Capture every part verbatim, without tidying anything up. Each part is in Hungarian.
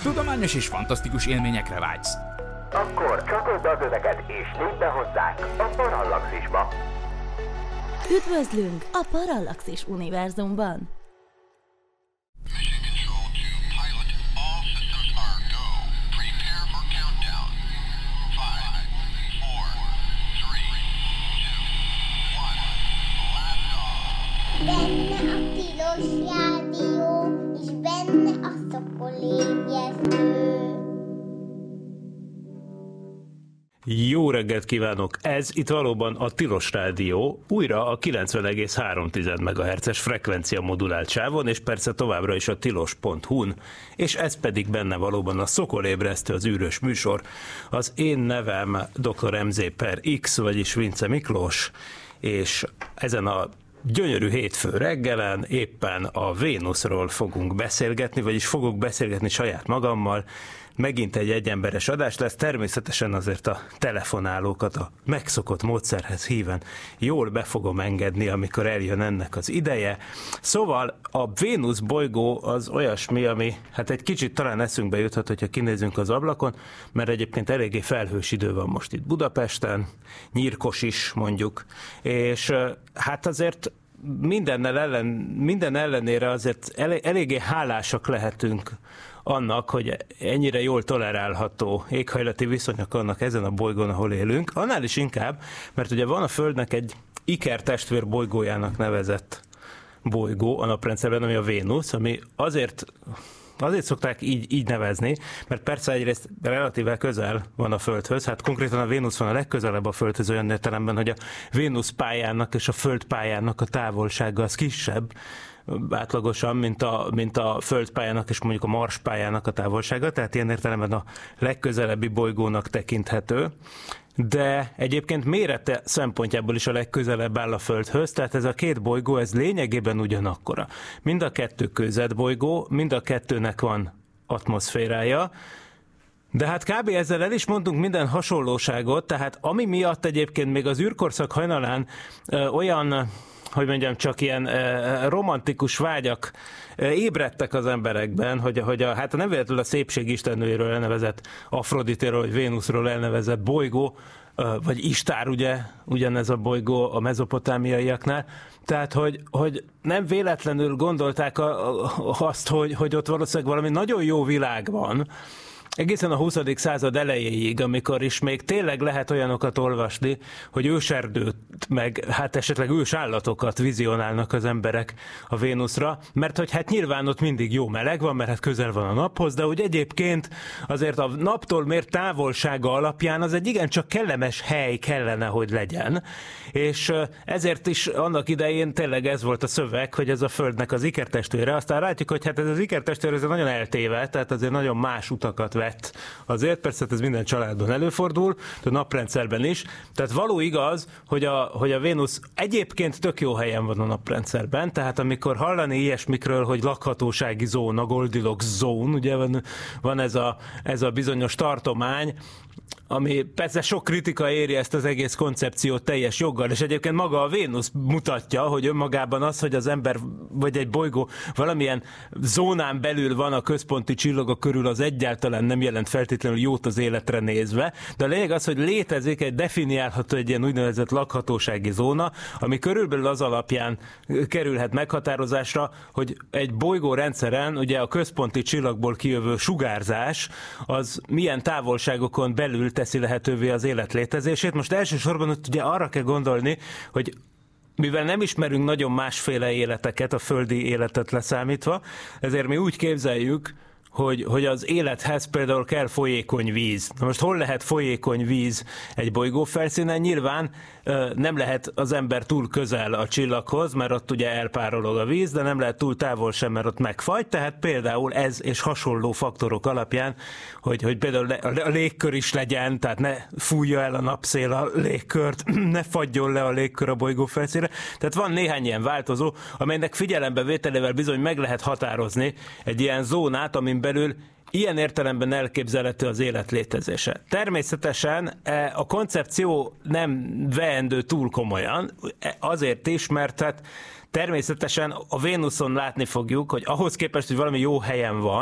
Tudományos és fantasztikus élményekre vágysz? Akkor csatold az öveket és lépj be hozzánk a Parallaxisba! Üdvözlünk a Parallaxis univerzumban! Benne a tilos rádió, és benne a szokolébresztő. Jó reggelt kívánok! Ez itt valóban a Tilos Rádió, újra a kilencven egész három megahertzes frekvencia modulált sávon, és persze továbbra is a tilos pont hu-n, és ez pedig benne valóban a Szokolébresztő, az űrös műsor. Az én nevem doktor em zé per X, vagyis Vince Miklós, és ezen a gyönyörű hétfő reggelen éppen a Vénuszról fogunk beszélgetni, vagyis fogok beszélgetni saját magammal. Megint egy egyemberes adás lesz, természetesen azért a telefonálókat a megszokott módszerhez híven jól be fogom engedni, amikor eljön ennek az ideje. Szóval a Vénusz bolygó az olyasmi, ami hát egy kicsit talán eszünkbe juthat, hogyha kinézünk az ablakon, mert egyébként eléggé felhős idő van most itt Budapesten, nyírkos is mondjuk, és hát azért mindennel ellen, minden ellenére azért elég, eléggé hálásak lehetünk annak, hogy ennyire jól tolerálható éghajlati viszonyok vannak ezen a bolygón, ahol élünk. Annál is inkább, mert ugye van a Földnek egy ikertestvér bolygójának nevezett bolygó a naprendszerben, ami a Vénusz, ami azért, azért szokták így, így nevezni, mert persze egyrészt relatíve közel van a Földhöz, hát konkrétan a Vénusz van a legközelebb a Földhöz olyan értelemben, hogy a Vénusz pályának és a Föld pályának a távolsága az kisebb, átlagosan, mint a, mint a Földpályának és mondjuk a Mars pályának a távolsága, tehát ilyen értelemben a legközelebbi bolygónak tekinthető, de egyébként mérete szempontjából is a legközelebb áll a Földhöz, tehát ez a két bolygó, ez lényegében ugyanakkora. Mind a kettő kőzetbolygó, mind a kettőnek van atmoszférája, de hát kb. Ezzel el is mondunk minden hasonlóságot, tehát ami miatt egyébként még az űrkorszak hajnalán ö, olyan, hogy mondjam, csak ilyen e, romantikus vágyak e, ébredtek az emberekben, hogy, hogy a, hát nem véletlenül a szépség istennőjéről elnevezett Afroditéről, vagy Vénuszról elnevezett bolygó, e, vagy Istár, ugye, ugyanez a bolygó a mezopotámiaiaknál, tehát, hogy, hogy nem véletlenül gondolták a, a, azt, hogy, hogy ott valószínűleg valami nagyon jó világ van, egészen a huszadik század elejéig, amikor is még tényleg lehet olyanokat olvasni, hogy őserdőt, meg hát esetleg ősállatokat vizionálnak az emberek a Vénuszra, mert hogy hát nyilván ott mindig jó meleg van, mert hát közel van a naphoz, de úgy egyébként azért a naptól mért távolsága alapján az egy igencsak kellemes hely kellene, hogy legyen. És ezért is annak idején tényleg ez volt a szöveg, hogy ez a Földnek az ikertestvére. Aztán látjuk, hogy hát ez az ikertestvér ez nagyon eltévedt, tehát azért nagyon más utakat vett. Azért persze ez minden családban előfordul, a naprendszerben is. Tehát való igaz, hogy a, hogy a Vénusz egyébként tök jó helyen van a naprendszerben, tehát amikor hallani ilyesmikről, hogy lakhatósági zóna, Goldilocks zone, ugye van, van ez, a, ez a bizonyos tartomány, ami persze sok kritika éri ezt az egész koncepciót teljes joggal, és egyébként maga a Vénusz mutatja, hogy önmagában az, hogy az ember vagy egy bolygó valamilyen zónán belül van a központi csillaga körül, az egyáltalán nem jelent feltétlenül jót az életre nézve, de a lényeg az, hogy létezik egy definiálható egy ilyen úgynevezett lakhatósági zóna, ami körülbelül az alapján kerülhet meghatározásra, hogy egy bolygó rendszeren ugye a központi csillagból kijövő sugárzás az milyen távolságokon belül teszi lehetővé az élet létezését. Most elsősorban ott ugye arra kell gondolni, hogy mivel nem ismerünk nagyon másféle életeket, a földi életet leszámítva, ezért mi úgy képzeljük, hogy, hogy az élethez például kell folyékony víz. Na most hol lehet folyékony víz egy bolygó felszínen? Nyilván nem lehet az ember túl közel a csillaghoz, mert ott ugye elpárolog a víz, de nem lehet túl távol sem, mert ott megfagy, tehát például ez és hasonló faktorok alapján, hogy, hogy például a légkör is legyen, tehát ne fújja el a napszél a légkört, ne fagyjon le a légkör a bolygó felszínre. Tehát van néhány ilyen változó, amelynek figyelembevételével bizony meg lehet határozni egy ilyen zónát, amin belül ilyen értelemben elképzelhető az élet létezése. Természetesen a koncepció nem veendő túl komolyan, azért is, mert hát természetesen a Vénuszon látni fogjuk, hogy ahhoz képest, hogy valami jó helyen van,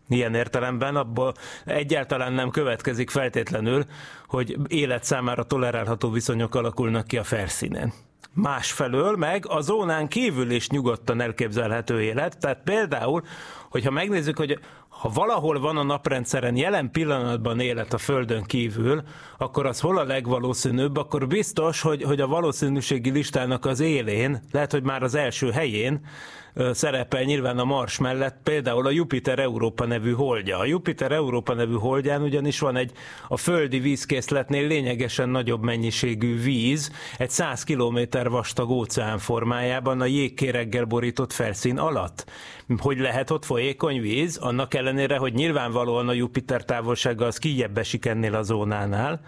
Ilyen értelemben abból egyáltalán nem következik feltétlenül, hogy élet számára tolerálható viszonyok alakulnak ki a felszínen. Másfelől meg a zónán kívül is nyugodtan elképzelhető élet, tehát például, hogyha megnézzük, hogy ha valahol van a naprendszeren jelen pillanatban élet a Földön kívül, akkor az hol a legvalószínűbb, akkor biztos, hogy, hogy a valószínűségi listának az élén, lehet, hogy már az első helyén szerepel nyilván a Mars mellett például a Jupiter Európa nevű holdja. A Jupiter Európa nevű holdján ugyanis van egy a földi vízkészletnél lényegesen nagyobb mennyiségű víz, egy száz kilométer vastag óceán formájában a jégkéreggel borított felszín alatt. Hogy lehet ott folyékony víz? Annak ellenére, hogy nyilvánvalóan a Jupiter távolsága az kijjebb esik ennél a zónánál,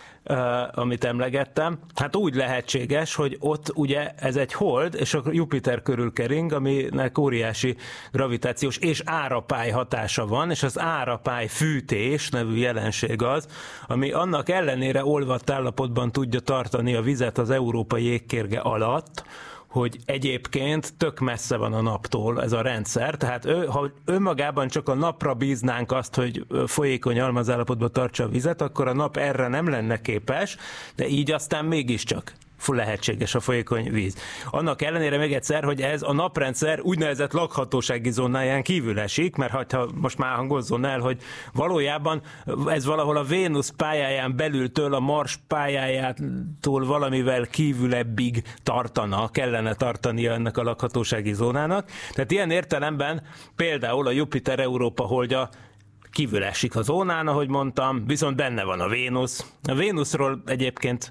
Uh, amit emlegettem, hát úgy lehetséges, hogy ott ugye ez egy hold, és a Jupiter körül kering, aminek óriási gravitációs és árapály hatása van, és az árapály fűtés nevű jelenség az, ami annak ellenére olvadt állapotban tudja tartani a vizet az európai jégkérge alatt, hogy egyébként tök messze van a naptól ez a rendszer, tehát ő, ha önmagában csak a napra bíznánk azt, hogy folyékony almazállapotban tartsa a vizet, akkor a nap erre nem lenne képes, de így aztán mégiscsak lehetséges a folyékony víz. Annak ellenére még egyszer, hogy ez a naprendszer úgynevezett lakhatósági zónáján kívül esik, mert ha most már hangozzon el, hogy valójában ez valahol a Vénusz pályáján belültől a Mars pályájától valamivel kívülebbig tartana, kellene tartania ennek a lakhatósági zónának. Tehát ilyen értelemben például a Jupiter Európa holdja kívül esik a zónán, ahogy mondtam, viszont benne van a Vénusz. A Vénuszról egyébként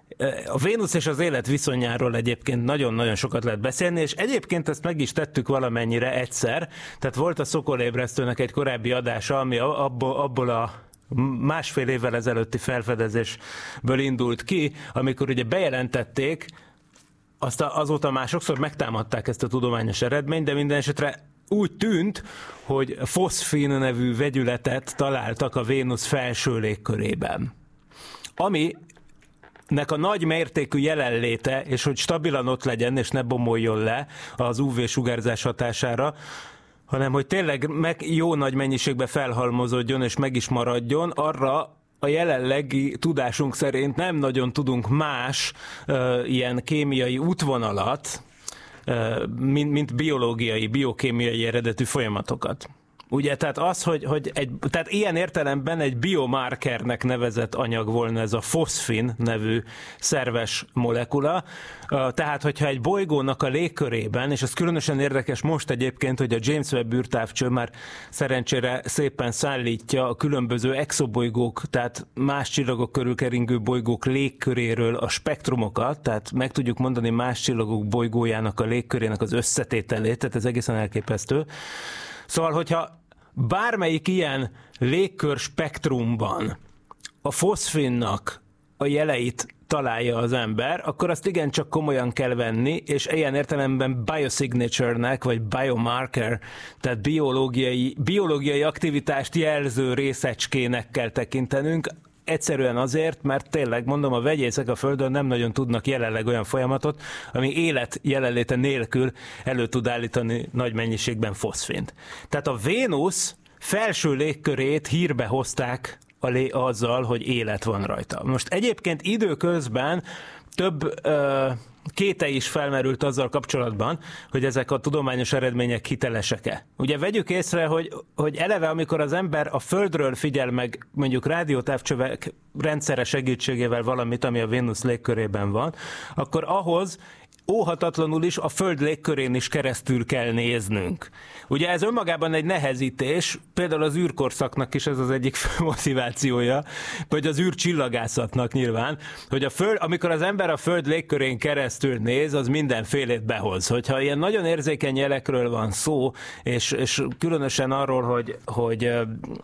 A Vénusz és az élet viszonyáról egyébként nagyon-nagyon sokat lehet beszélni, és egyébként ezt meg is tettük valamennyire egyszer. Tehát volt a Szokolébresztőnek egy korábbi adása, ami abból, abból a másfél évvel ezelőtti felfedezésből indult ki, amikor ugye bejelentették, azt azóta már sokszor megtámadták ezt a tudományos eredményt, de minden esetre úgy tűnt, hogy foszfin nevű vegyületet találtak a Vénusz felső légkörében. Ami nek a nagy mértékű jelenléte, és hogy stabilan ott legyen, és ne bomoljon le az ú vé-sugárzás hatására, hanem hogy tényleg meg jó nagy mennyiségben felhalmozódjon, és meg is maradjon, arra a jelenlegi tudásunk szerint nem nagyon tudunk más uh, ilyen kémiai útvonalat, uh, mint, mint biológiai, biokémiai eredetű folyamatokat. Ugye, tehát az, hogy, hogy egy, tehát ilyen értelemben egy biomarkernek nevezett anyag volna ez a foszfin nevű szerves molekula. Tehát, hogyha egy bolygónak a légkörében, és ez különösen érdekes most egyébként, hogy a James Webb űrtávcső már szerencsére szépen szállítja a különböző exobolygók, tehát más csillagok körül keringő bolygók légköréről a spektrumokat, tehát meg tudjuk mondani más csillagok bolygójának a légkörének az összetételét, tehát ez egészen elképesztő. Szóval, hogyha bármelyik ilyen légkör spektrumban a foszfinnak a jeleit találja az ember, akkor azt igencsak komolyan kell venni, és ilyen értelemben biosignature-nek, vagy biomarker, tehát biológiai, biológiai aktivitást jelző részecskének kell tekintenünk, egyszerűen azért, mert tényleg, mondom, a vegyészek a Földön nem nagyon tudnak jelenleg olyan folyamatot, ami élet jelenléte nélkül elő tud állítani nagy mennyiségben foszfint. Tehát a Vénusz felső légkörét hírbe hozták azzal, hogy élet van rajta. Most egyébként időközben több ö, kéte is felmerült azzal kapcsolatban, hogy ezek a tudományos eredmények hitelesek-e. Ugye vegyük észre, hogy, hogy eleve, amikor az ember a Földről figyel meg mondjuk rádiótávcsövek rendszere segítségével valamit, ami a Vénusz légkörében van, akkor ahhoz óhatatlanul is a Föld légkörén is keresztül kell néznünk. Ugye ez önmagában egy nehezítés, például az űrkorszaknak is ez az egyik motivációja, vagy az űrcsillagászatnak nyilván, hogy a Föld, amikor az ember a Föld légkörén keresztül néz, az mindenfélét behoz. Hogyha ilyen nagyon érzékeny jelekről van szó, és, és különösen arról, hogy, hogy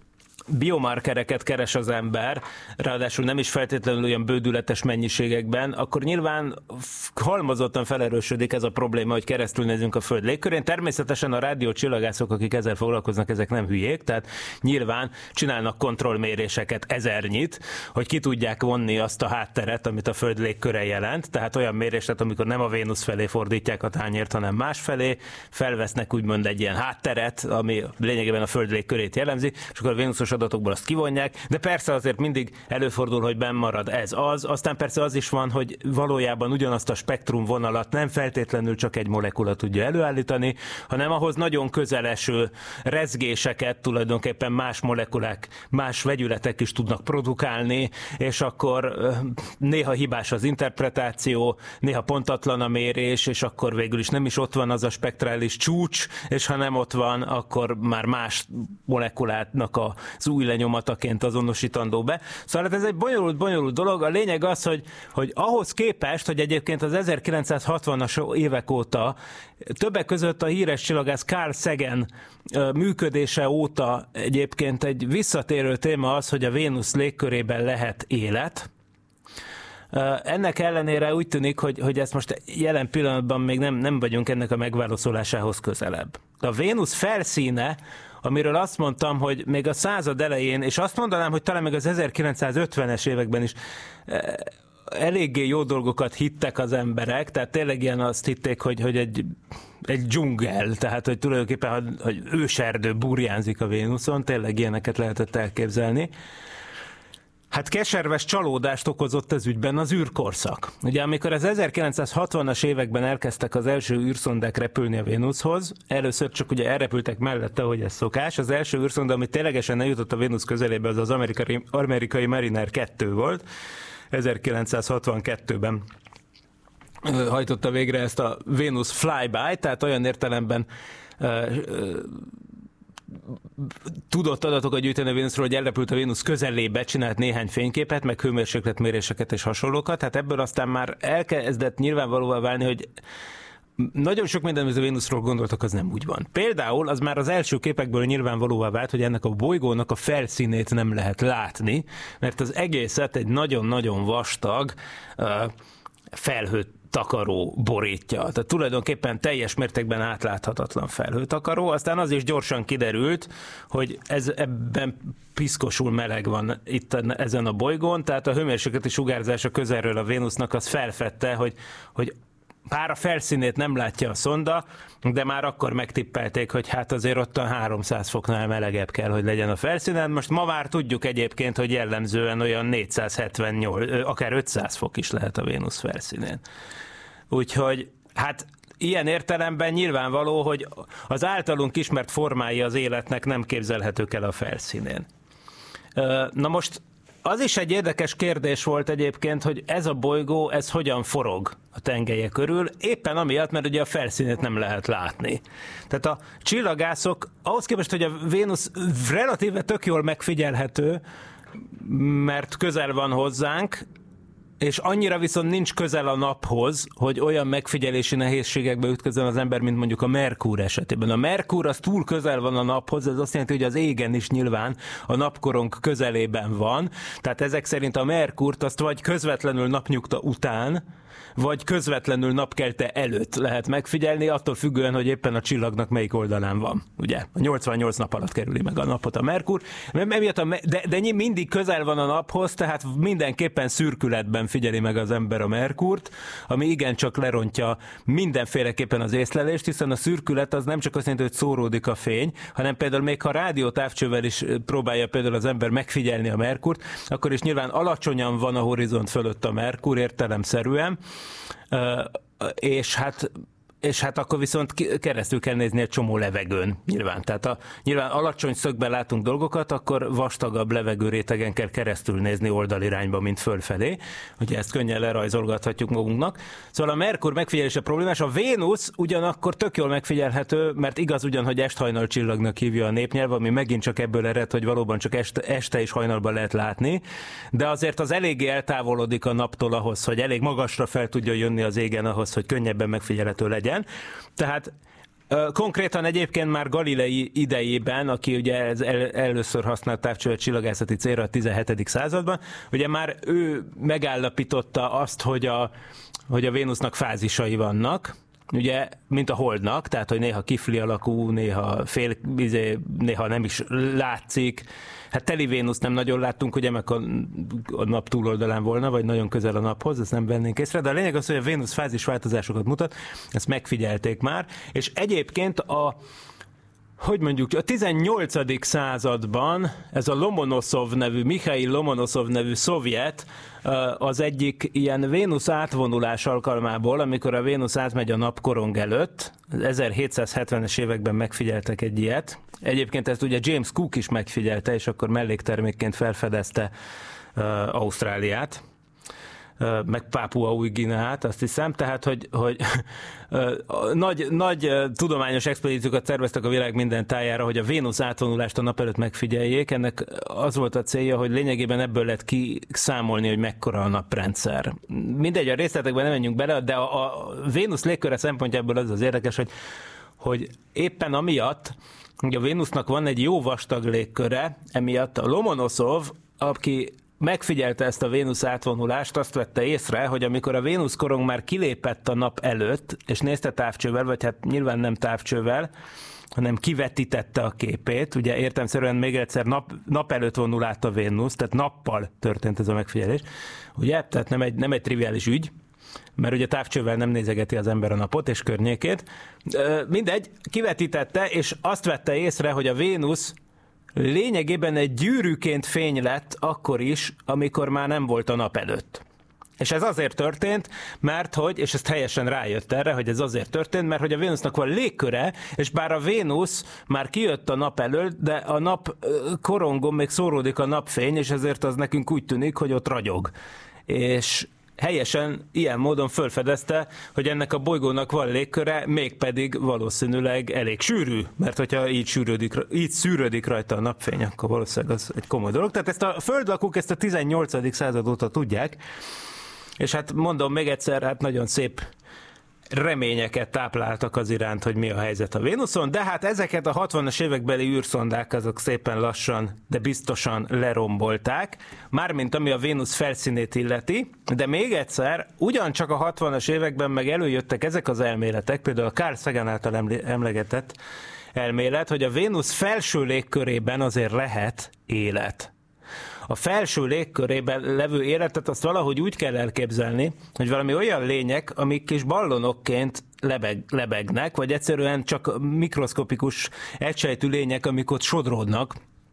biomarkereket keres az ember, ráadásul nem is feltétlenül olyan bődületes mennyiségekben, akkor nyilván halmozottan felerősödik ez a probléma, hogy keresztül nézünk a Föld légkörén. Természetesen a rádiócsillagászok, akik ezzel foglalkoznak, ezek nem hülyék, tehát nyilván csinálnak kontrollméréseket ezernyit, hogy ki tudják vonni azt a hátteret, amit a Föld légköre jelent, tehát olyan mérés, tehát amikor nem a Vénusz felé fordítják a tányért, hanem más felé, felvesznek úgymond egy ilyen hátteret, ami lényegében a Föld légkörét jellemzi, és akkor a vénuszos adatokból azt kivonják, de persze azért mindig előfordul, hogy benn marad ez az, aztán persze az is van, hogy valójában ugyanazt a spektrumvonalat nem feltétlenül csak egy molekula tudja előállítani, hanem ahhoz nagyon közel eső rezgéseket tulajdonképpen más molekulák, más vegyületek is tudnak produkálni, és akkor néha hibás az interpretáció, néha pontatlan a mérés, és akkor végül is nem is ott van az a spektrális csúcs, és ha nem ott van, akkor már más molekuláknak az új lenyomataként azonosítandó be. Szóval ez egy bonyolult, bonyolult dolog. A lényeg az, hogy, hogy ahhoz képest, hogy egyébként az ezerkilencszázhatvanas évek óta többek között a híres csillagász Carl Sagan működése óta egyébként egy visszatérő téma az, hogy a Vénusz légkörében lehet élet. Ennek ellenére úgy tűnik, hogy, hogy ezt most jelen pillanatban még nem, nem vagyunk ennek a megválaszolásához közelebb. A Vénusz felszíne, amiről azt mondtam, hogy még a század elején, és azt mondanám, hogy talán még az ezerkilencszázötvenes években is eléggé jó dolgokat hittek az emberek, tehát tényleg ilyen azt hitték, hogy, hogy egy, egy dzsungel, tehát hogy tulajdonképpen hogy őserdő burjánzik a Vénuszon, tényleg ilyeneket lehetett elképzelni. Hát keserves csalódást okozott ez ügyben az űrkorszak. Ugye amikor az ezerkilencszázhatvanas években elkezdtek az első űrszondák repülni a Vénuszhoz, először csak ugye elrepültek mellette, hogy ez szokás. Az első űrszonda, ami ténylegesen eljutott a Vénusz közelébe, az az amerikai, amerikai Mariner kettő volt. ezerkilencszázhatvankettőben hajtotta végre ezt a Venus flyby, tehát olyan értelemben tudott adatokat gyűjteni a Vénuszról, hogy elrepült a Vénusz közelébe, csinált néhány fényképet, meg hőmérsékletméréseket és hasonlókat. Hát ebből aztán már elkezdett nyilvánvalóvá válni, hogy nagyon sok minden, amit a Vénuszról gondoltak, az nem úgy van. Például az már az első képekből nyilvánvalóvá vált, hogy ennek a bolygónak a felszínét nem lehet látni, mert az egészet egy nagyon-nagyon vastag uh, felhőt takaró borítja. Tehát tulajdonképpen teljes mértékben átláthatatlan felhőtakaró. Aztán az is gyorsan kiderült, hogy ez ebben piszkosul meleg van itt ezen a bolygón, tehát a hőmérsékleti sugárzása közelről a Vénusznak az felfedte, hogy, hogy bár a felszínét nem látja a szonda, de már akkor megtippelték, hogy hát azért ott a háromszáz foknál melegebb kell, hogy legyen a felszínen. Most ma már tudjuk egyébként, hogy jellemzően olyan négyszázhetvennyolc, akár ötszáz fok is lehet a Vénusz felszínén. Úgyhogy hát ilyen értelemben nyilvánvaló, hogy az általunk ismert formái az életnek nem képzelhetők el a felszínén. Na most az is egy érdekes kérdés volt egyébként, hogy ez a bolygó, ez hogyan forog a tengelye körül, éppen amiatt, mert ugye a felszínét nem lehet látni. Tehát a csillagászok, ahhoz képest, hogy a Vénusz relatíve tök jól megfigyelhető, mert közel van hozzánk, és annyira viszont nincs közel a naphoz, hogy olyan megfigyelési nehézségekbe ütközön az ember, mint mondjuk a Merkur esetében. A Merkur az túl közel van a naphoz, ez azt jelenti, hogy az égen is nyilván a napkorong közelében van, tehát ezek szerint a Merkurt azt vagy közvetlenül napnyugta után, vagy közvetlenül napkelte előtt lehet megfigyelni, attól függően, hogy éppen a csillagnak melyik oldalán van. Ugye? A nyolcvannyolc nap alatt kerüli meg a napot a Merkur, de, de mindig közel van a naphoz, tehát mindenképpen szürkületben figyeli meg az ember a Merkurt, ami igencsak lerontja mindenféleképpen az észlelést, hiszen a szürkület az nem csak azt jelenti, hogy szóródik a fény, hanem például még ha rádiótávcsővel is próbálja például az ember megfigyelni a Merkurt, akkor is nyilván alacsonyan van a horizont fölött a Merkur értelemszerűen, Uh, és hát és hát akkor viszont keresztül kell nézni egy csomó levegőn nyilván. Tehát a, nyilván alacsony szögben látunk dolgokat, akkor vastagabb levegőrétegen kell keresztül nézni oldalirányba, mint fölfelé. Ugye ezt könnyen lerajzolgathatjuk magunknak. Szóval a Merkur megfigyelése problémás. A Vénusz ugyanakkor tök jól megfigyelhető, mert igaz ugyan, hogy est-hajnal csillagnak hívja a népnyelv, ami megint csak ebből ered, hogy valóban csak este, este és hajnalban lehet látni, de azért az eléggé eltávolodik a naptól ahhoz, hogy elég magasra fel tudja jönni az égen ahhoz, hogy könnyebben megfigyelhető legyen. Tehát Konkrétan egyébként már Galilei idejében, aki ugye ez el, először használt távcsövet csillagászati célra a tizenhetedik században, ugye már ő megállapította azt, hogy a, hogy a Vénusznak fázisai vannak, ugye, mint a Holdnak, tehát, hogy néha kifli alakú, néha fél, néha nem is látszik. Hát teli Vénuszt nem nagyon láttunk, ugye, meg a, a nap túloldalán volna, vagy nagyon közel a naphoz, ezt nem vennénk észre, de a lényeg az, hogy a Vénusz fázis változásokat mutat, ezt megfigyelték már, és egyébként a hogy mondjuk, a tizennyolcadik században ez a Lomonoszov nevű, Mihail Lomonoszov nevű szovjet az egyik ilyen Vénusz átvonulás alkalmából, amikor a Vénusz átmegy a napkorong előtt, ezerhétszázhetvenes években megfigyeltek egy ilyet. Egyébként ezt ugye James Cook is megfigyelte, és akkor melléktermékként felfedezte Ausztráliát, meg Pápua Új-Guineát, azt hiszem, tehát, hogy, hogy nagy, nagy tudományos expedíciókat szerveztek a világ minden tájára, hogy a Vénusz átvonulást a nap előtt megfigyeljék. Ennek az volt a célja, hogy lényegében ebből lehet kiszámolni, hogy mekkora a naprendszer. Mindegy, a részletekben nem menjünk bele, de a, a Vénusz légköre szempontjából az az érdekes, hogy, hogy éppen amiatt, hogy a Vénusznak van egy jó vastag légköre, emiatt a Lomonoszov, aki megfigyelte ezt a Vénusz átvonulást, azt vette észre, hogy amikor a Vénusz korong már kilépett a nap előtt, és nézte távcsővel, vagy hát nyilván nem távcsővel, hanem kivetítette a képét, ugye értelemszerűen még egyszer nap, nap előtt vonul át a Vénusz, tehát nappal történt ez a megfigyelés, ugye, tehát nem egy, nem egy triviális ügy, mert ugye távcsővel nem nézegeti az ember a napot és környékét. Mindegy, kivetítette, és azt vette észre, hogy a Vénusz lényegében egy gyűrűként fény lett akkor is, amikor már nem volt a nap előtt. És ez azért történt, mert hogy, és ezt helyesen rájött erre, hogy ez azért történt, mert hogy a Vénusznak van légköre, és bár a Vénusz már kijött a nap előtt, de a nap korongon még szóródik a napfény, és ezért az nekünk úgy tűnik, hogy ott ragyog. És helyesen ilyen módon felfedezte, hogy ennek a bolygónak van légköre, mégpedig valószínűleg elég sűrű, mert hogyha így, sűrődik, így szűrődik rajta a napfény, akkor valószínűleg az egy komoly dolog. Tehát ezt a földlakók ezt a tizennyolcadik század óta tudják, és hát mondom még egyszer, hát nagyon szép reményeket tápláltak az iránt, hogy mi a helyzet a Vénuszon, de hát ezeket a hatvanas évekbeli űrszondák azok szépen lassan, de biztosan lerombolták, mármint ami a Vénusz felszínét illeti, de még egyszer, ugyancsak a hatvanas években meg előjöttek ezek az elméletek, például a Carl Sagan által emlegetett elmélet, hogy a Vénusz felső légkörében azért lehet élet. A felső légkörében levő életet azt valahogy úgy kell elképzelni, hogy valami olyan lények, amik kis ballonokként lebeg, lebegnek, vagy egyszerűen csak mikroszkopikus egysejtű lények, amik ott sodródnak,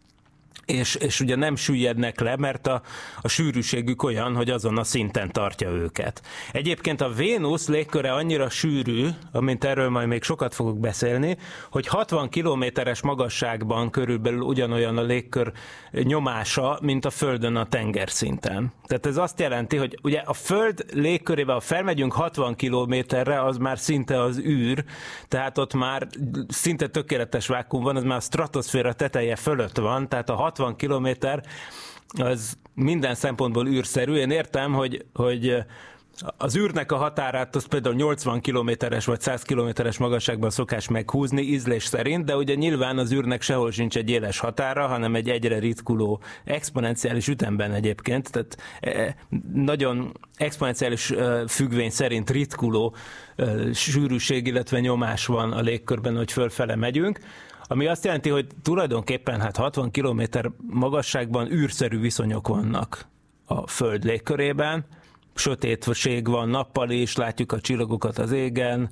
és, és ugye nem süllyednek le, mert a, a sűrűségük olyan, hogy azon a szinten tartja őket. Egyébként a Vénusz légköre annyira sűrű, amint erről majd még sokat fogok beszélni, hogy hatvan kilométeres magasságban körülbelül ugyanolyan a légkör nyomása, mint a Földön a tengerszinten. Tehát ez azt jelenti, hogy ugye a Föld légkörébe, ha felmegyünk hatvan kilométerre, az már szinte az űr, tehát ott már szinte tökéletes vákuum van, az már a stratoszféra teteje fölött van, tehát a hatvan kilométer az minden szempontból űrszerű. Én értem, hogy, hogy az űrnek a határát az például nyolcvan kilométeres vagy száz kilométeres magasságban szokás meghúzni ízlés szerint, de ugye nyilván az űrnek sehol sincs egy éles határa, hanem egy egyre ritkuló, exponenciális ütemben egyébként, tehát nagyon exponenciális függvény szerint ritkuló sűrűség, illetve nyomás van a légkörben, hogy fölfele megyünk, ami azt jelenti, hogy tulajdonképpen hát hatvan kilométer magasságban űrszerű viszonyok vannak a Föld légkörében. Sötétség van nappal is, látjuk a csillagokat az égen,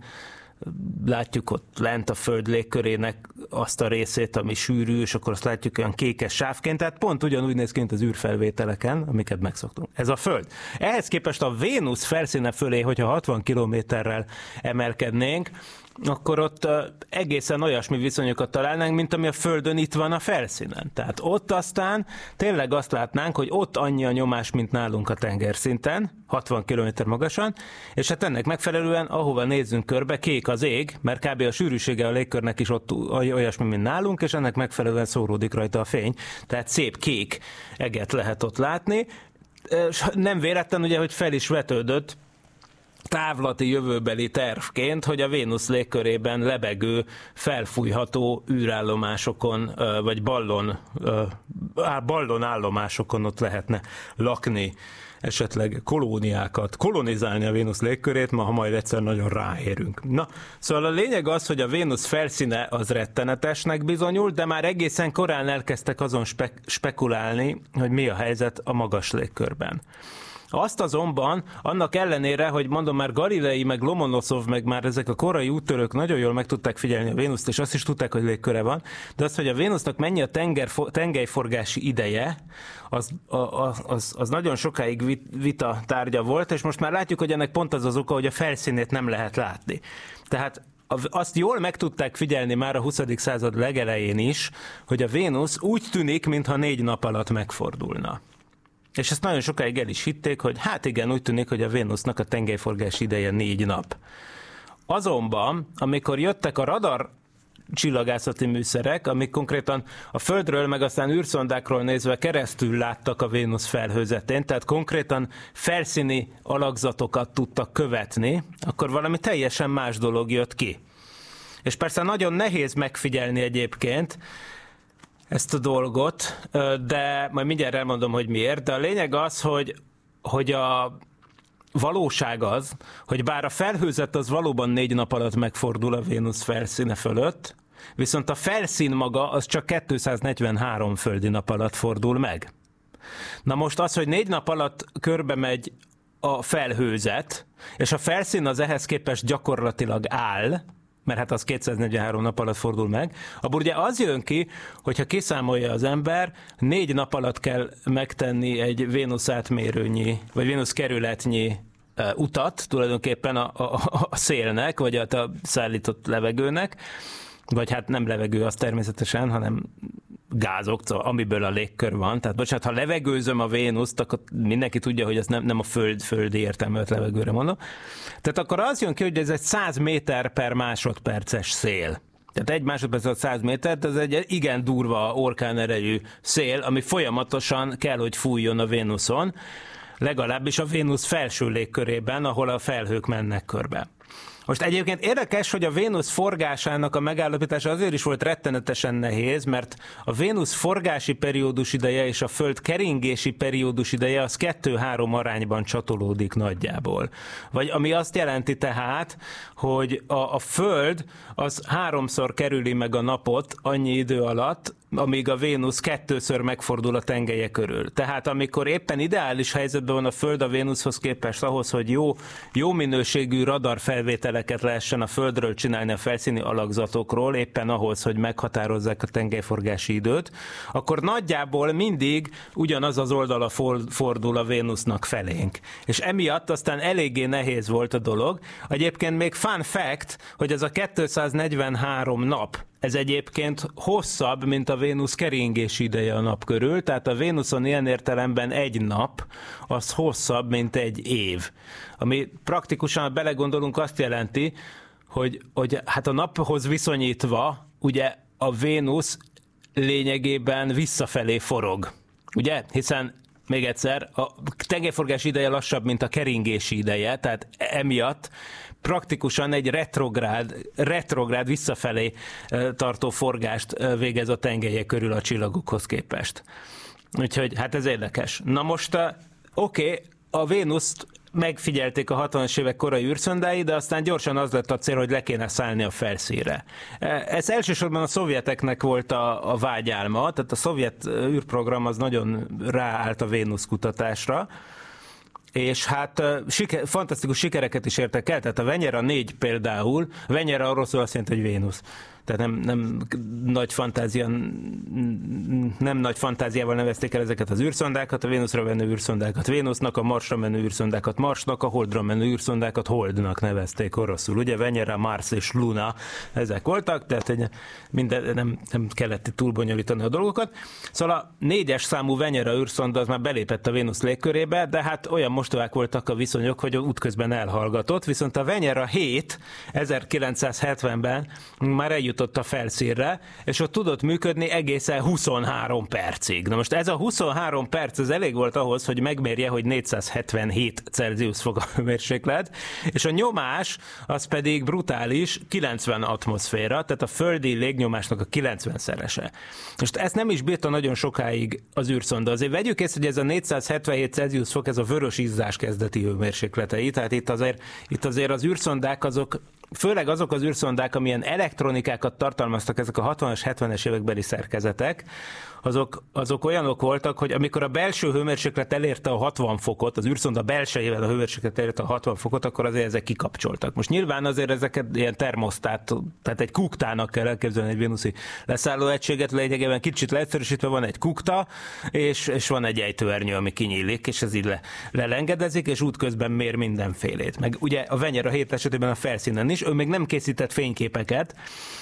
látjuk ott lent a Föld légkörének azt a részét, ami sűrű, és akkor azt látjuk olyan kékes sávként, tehát pont ugyanúgy néz ki, mint az űrfelvételeken, amiket megszoktunk. Ez a Föld. Ehhez képest a Vénusz felszíne fölé, hogyha hatvan kilométerrel emelkednénk, akkor ott egészen olyasmi viszonyokat találnánk, mint ami a Földön itt van a felszínen. Tehát ott aztán tényleg azt látnánk, hogy ott annyi a nyomás, mint nálunk a tengerszinten, hatvan kilométer magasan, és hát ennek megfelelően, ahova nézzünk körbe, kék az ég, mert kb. A sűrűsége a légkörnek is ott olyasmi, mint nálunk, és ennek megfelelően szóródik rajta a fény. Tehát szép kék eget lehet ott látni. Nem véletlen ugye, hogy fel is vetődött távlati jövőbeli tervként, hogy a Vénusz légkörében lebegő, felfújható űrállomásokon, vagy ballon, ballon állomásokon ott lehetne lakni, esetleg kolóniákat, kolonizálni a Vénusz légkörét, ma ha majd egyszer nagyon ráérünk. Na, szóval a lényeg az, hogy a Vénusz felszíne az rettenetesnek bizonyult, de már egészen korán elkezdtek azon spek- spekulálni, hogy mi a helyzet a magas légkörben. Azt azonban, annak ellenére, hogy mondom már Galilei, meg Lomonoszov, meg már ezek a korai úttörők nagyon jól meg tudták figyelni a Vénuszt, és azt is tudták, hogy légköre van, de az, hogy a Vénusznak mennyi a tenger, tengelyforgási ideje, az, az, az nagyon sokáig vita tárgya volt, és most már látjuk, hogy ennek pont az az oka, hogy a felszínét nem lehet látni. Tehát azt jól meg tudták figyelni már a huszadik század legelején is, hogy a Vénusz úgy tűnik, mintha négy nap alatt megfordulna. És ezt nagyon sokáig el is hitték, hogy hát igen, úgy tűnik, hogy a Vénusznak a tengelyforgási ideje négy nap. Azonban, amikor jöttek a radar csillagászati műszerek, amik konkrétan a Földről, meg aztán űrszondákról nézve keresztül láttak a Vénusz felhőzetén, tehát konkrétan felszíni alakzatokat tudtak követni, akkor valami teljesen más dolog jött ki. És persze nagyon nehéz megfigyelni egyébként ezt a dolgot, de majd mindjárt elmondom, hogy miért, de a lényeg az, hogy, hogy a valóság az, hogy bár a felhőzet az valóban négy nap alatt megfordul a Vénusz felszíne fölött, viszont a felszín maga az csak kétszáznegyvenhárom földi nap alatt fordul meg. Na most az, hogy négy nap alatt körbe megy a felhőzet, és a felszín az ehhez képest gyakorlatilag áll, mert hát az kétszáznegyvenhárom nap alatt fordul meg, abból ugye az jön ki, hogyha kiszámolja az ember, négy nap alatt kell megtenni egy Vénusz átmérőnyi, vagy Vénusz kerületnyi utat, tulajdonképpen a, a, a szélnek, vagy a, a szállított levegőnek, vagy hát nem levegő az természetesen, hanem gázok, szóval amiből a légkör van. Tehát bocsánat, ha levegőzöm a Vénuszt, akkor mindenki tudja, hogy ez nem, nem a föld, földi értelművet levegőre mondom. Tehát akkor az jön ki, hogy ez egy száz méter per másodperces szél. Tehát egy másodperc alatt száz méter, ez egy igen durva orkán erejű szél, ami folyamatosan kell, hogy fújjon a Vénuszon, legalábbis a Vénusz felső légkörében, ahol a felhők mennek körbe. Most egyébként érdekes, hogy a Vénusz forgásának a megállapítása azért is volt rettenetesen nehéz, mert a Vénusz forgási periódus ideje és a Föld keringési periódus ideje az kettő-három arányban csatolódik nagyjából. Vagy ami azt jelenti tehát, hogy a, a Föld az háromszor kerüli meg a napot annyi idő alatt, amíg a Vénusz kettőször megfordul a tengelye körül. Tehát amikor éppen ideális helyzetben van a Föld a Vénuszhoz képest ahhoz, hogy jó, jó minőségű radarfelvételeket lehessen a Földről csinálni a felszíni alakzatokról, éppen ahhoz, hogy meghatározzák a tengelyforgási időt, akkor nagyjából mindig ugyanaz az oldala fordul a Vénusznak felénk. És emiatt aztán eléggé nehéz volt a dolog. Egyébként még fun fact, hogy ez a kétszáznegyvenhárom nap, ez egyébként hosszabb, mint a Vénusz keringési ideje a nap körül, tehát a Vénuszon ilyen értelemben egy nap, az hosszabb, mint egy év. Ami praktikusan, ha belegondolunk, azt jelenti, hogy, hogy hát a naphoz viszonyítva, ugye a Vénusz lényegében visszafelé forog. Ugye? Hiszen még egyszer, a tengelyforgás ideje lassabb, mint a keringési ideje, tehát emiatt praktikusan egy retrográd, retrográd visszafelé tartó forgást végez a tengelye körül a csillagokhoz képest. Úgyhogy hát ez érdekes. Na most, oké, okay, a Vénuszt megfigyelték a hatvanas évek korai űrszondái, de aztán gyorsan az lett a cél, hogy le kéne szállni a felszínre. Ez elsősorban a szovjeteknek volt a, a vágyálma, tehát a szovjet űrprogram az nagyon ráállt a Vénusz kutatásra, és hát siker, fantasztikus sikereket is értek el, tehát a Venera négy például, Venera oroszul azt jelenti, hogy Vénusz. Tehát nem, nem, nagy fantázia, nem nagy fantáziával nevezték el ezeket az űrszondákat, a Vénuszra menő űrszondákat Vénusznak, a Marsra menő űrszondákat Marsnak, a Holdra menő űrszondákat Holdnak nevezték oroszul. Ugye Venera, Mars és Luna, ezek voltak, tehát minden, nem, nem kellett túlbonyolítani a dolgokat. Szóval a négyes számú Venera űrszonda az már belépett a Vénusz légkörébe, de hát olyan mostovák voltak a viszonyok, hogy útközben elhallgatott, viszont a Venera hét ezerkilencszázhetvenben már eljut feljutott a felszínre, és ott tudott működni egészen huszonhárom percig. Na most ez a huszonhárom perc, ez elég volt ahhoz, hogy megmérje, hogy négyszázhetvenhét Celsius fok a hőmérséklet, és a nyomás az pedig brutális kilencven atmoszféra, tehát a földi légnyomásnak a kilencvenszerese. Most ezt nem is bírta nagyon sokáig az űrszonda. Azért vegyük észre, hogy ez a négyszázhetvenhét Celsius fok, ez a vörös izzás kezdeti hőmérsékletei, tehát itt azért, itt azért az űrszondák azok, főleg azok az űrszondák, amilyen elektronikákat tartalmaztak ezek a hatvanas, hetvenes évekbeli szerkezetek, azok, azok olyanok voltak, hogy amikor a belső hőmérséklet elérte a hatvan fokot, az űrszonda belsejével a hőmérséklet elérte a hatvan fokot, akkor azért ezek kikapcsoltak. Most nyilván azért ezeket ilyen termosztát, tehát egy kuktának kell elképzelni egy vénuszi leszállóegységet, lényegében kicsit leegyszerűsítve van egy kukta, és, és van egy ejtőernyő, ami kinyílik, és ez így le, lelengedezik, és útközben mér mindenfélét. Meg ugye a Venyera hét esetében a felszínen is, ő még nem készített fényképeket,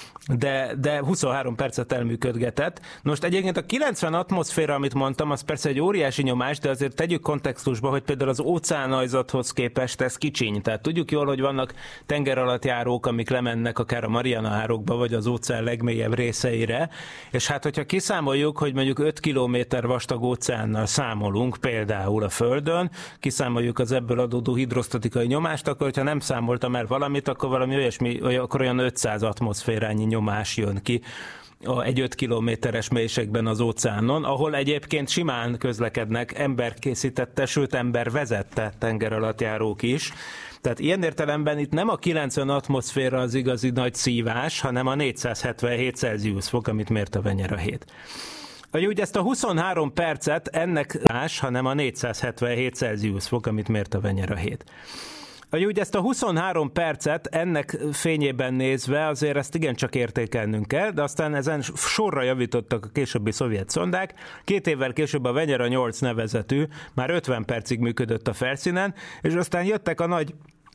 de, de huszonhárom percet elműködgetett. Most egyébként a kilencven atmoszféra, amit mondtam, az persze egy óriási nyomás, de azért tegyük kontextusba, hogy például az óceánajzathoz képest ez kicsiny. Tehát tudjuk jól, hogy vannak tengeralattjárók, amik lemennek akár a Mariana-árokba, vagy az óceán legmélyebb részeire, és hát hogyha kiszámoljuk, hogy mondjuk öt kilométer vastag óceánnal számolunk, például a Földön, kiszámoljuk az ebből adódó hidrosztatikai nyomást, akkor hogyha nem számoltam el valamit, akkor valami olyasmi, akkor olyan ötszáz atmoszférányi nyomás jön ki egy öt kilométeres mélységben az óceánon, ahol egyébként simán közlekednek emberkészítette, sőt ember vezette tengeralattjárók is. Tehát ilyen értelemben itt nem a kilencven atmoszféra az igazi nagy szívás, hanem a négyszázhetvenhét Celsius fok, amit mért a Venyera hét. Úgy ezt a huszonhárom percet ennek más, hanem a négyszázhetvenhét Celsius fok, amit mért a Venyera hét. Úgy ezt a huszonhárom percet ennek fényében nézve azért ezt igencsak értékelnünk kell, de aztán ezen sorra javítottak a későbbi szovjet szondák. Két évvel később a Venyera nyolc nevezetű már ötven percig működött a felszínen, és aztán jöttek a nagy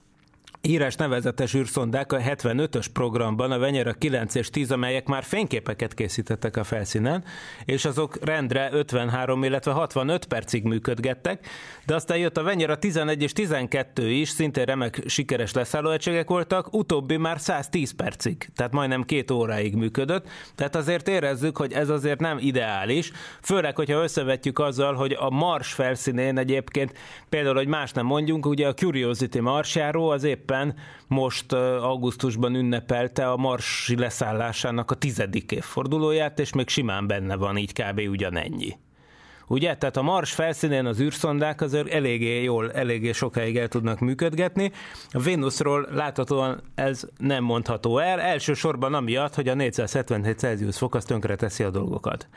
híres nevezetes űrszondák a hetvenötös programban, a Venyera kilenc és tíz, amelyek már fényképeket készítettek a felszínen, és azok rendre ötvenhárom, illetve hatvanöt percig működgettek, de aztán jött a Venyera tizenegy és tizenkettő is, szintén remek sikeres leszállóegységek voltak, utóbbi már száztíz percig, tehát majdnem két óráig működött, tehát azért érezzük, hogy ez azért nem ideális, főleg, hogyha összevetjük azzal, hogy a Mars felszínén egyébként, például, hogy más nem mondjunk, ugye a Curiosity marsjáró az éppen most augusztusban ünnepelte a marsi leszállásának a tizedik évfordulóját, és még simán benne van így kb. Ugyanennyi. Ugye? Tehát a Mars felszínén az űrszondák azért eléggé jól, eléggé sokáig el tudnak működgetni. A Vénuszról láthatóan ez nem mondható el, elsősorban amiatt, hogy a négyszázhetvenhét Celsius fok az tönkre teszi a dolgokat.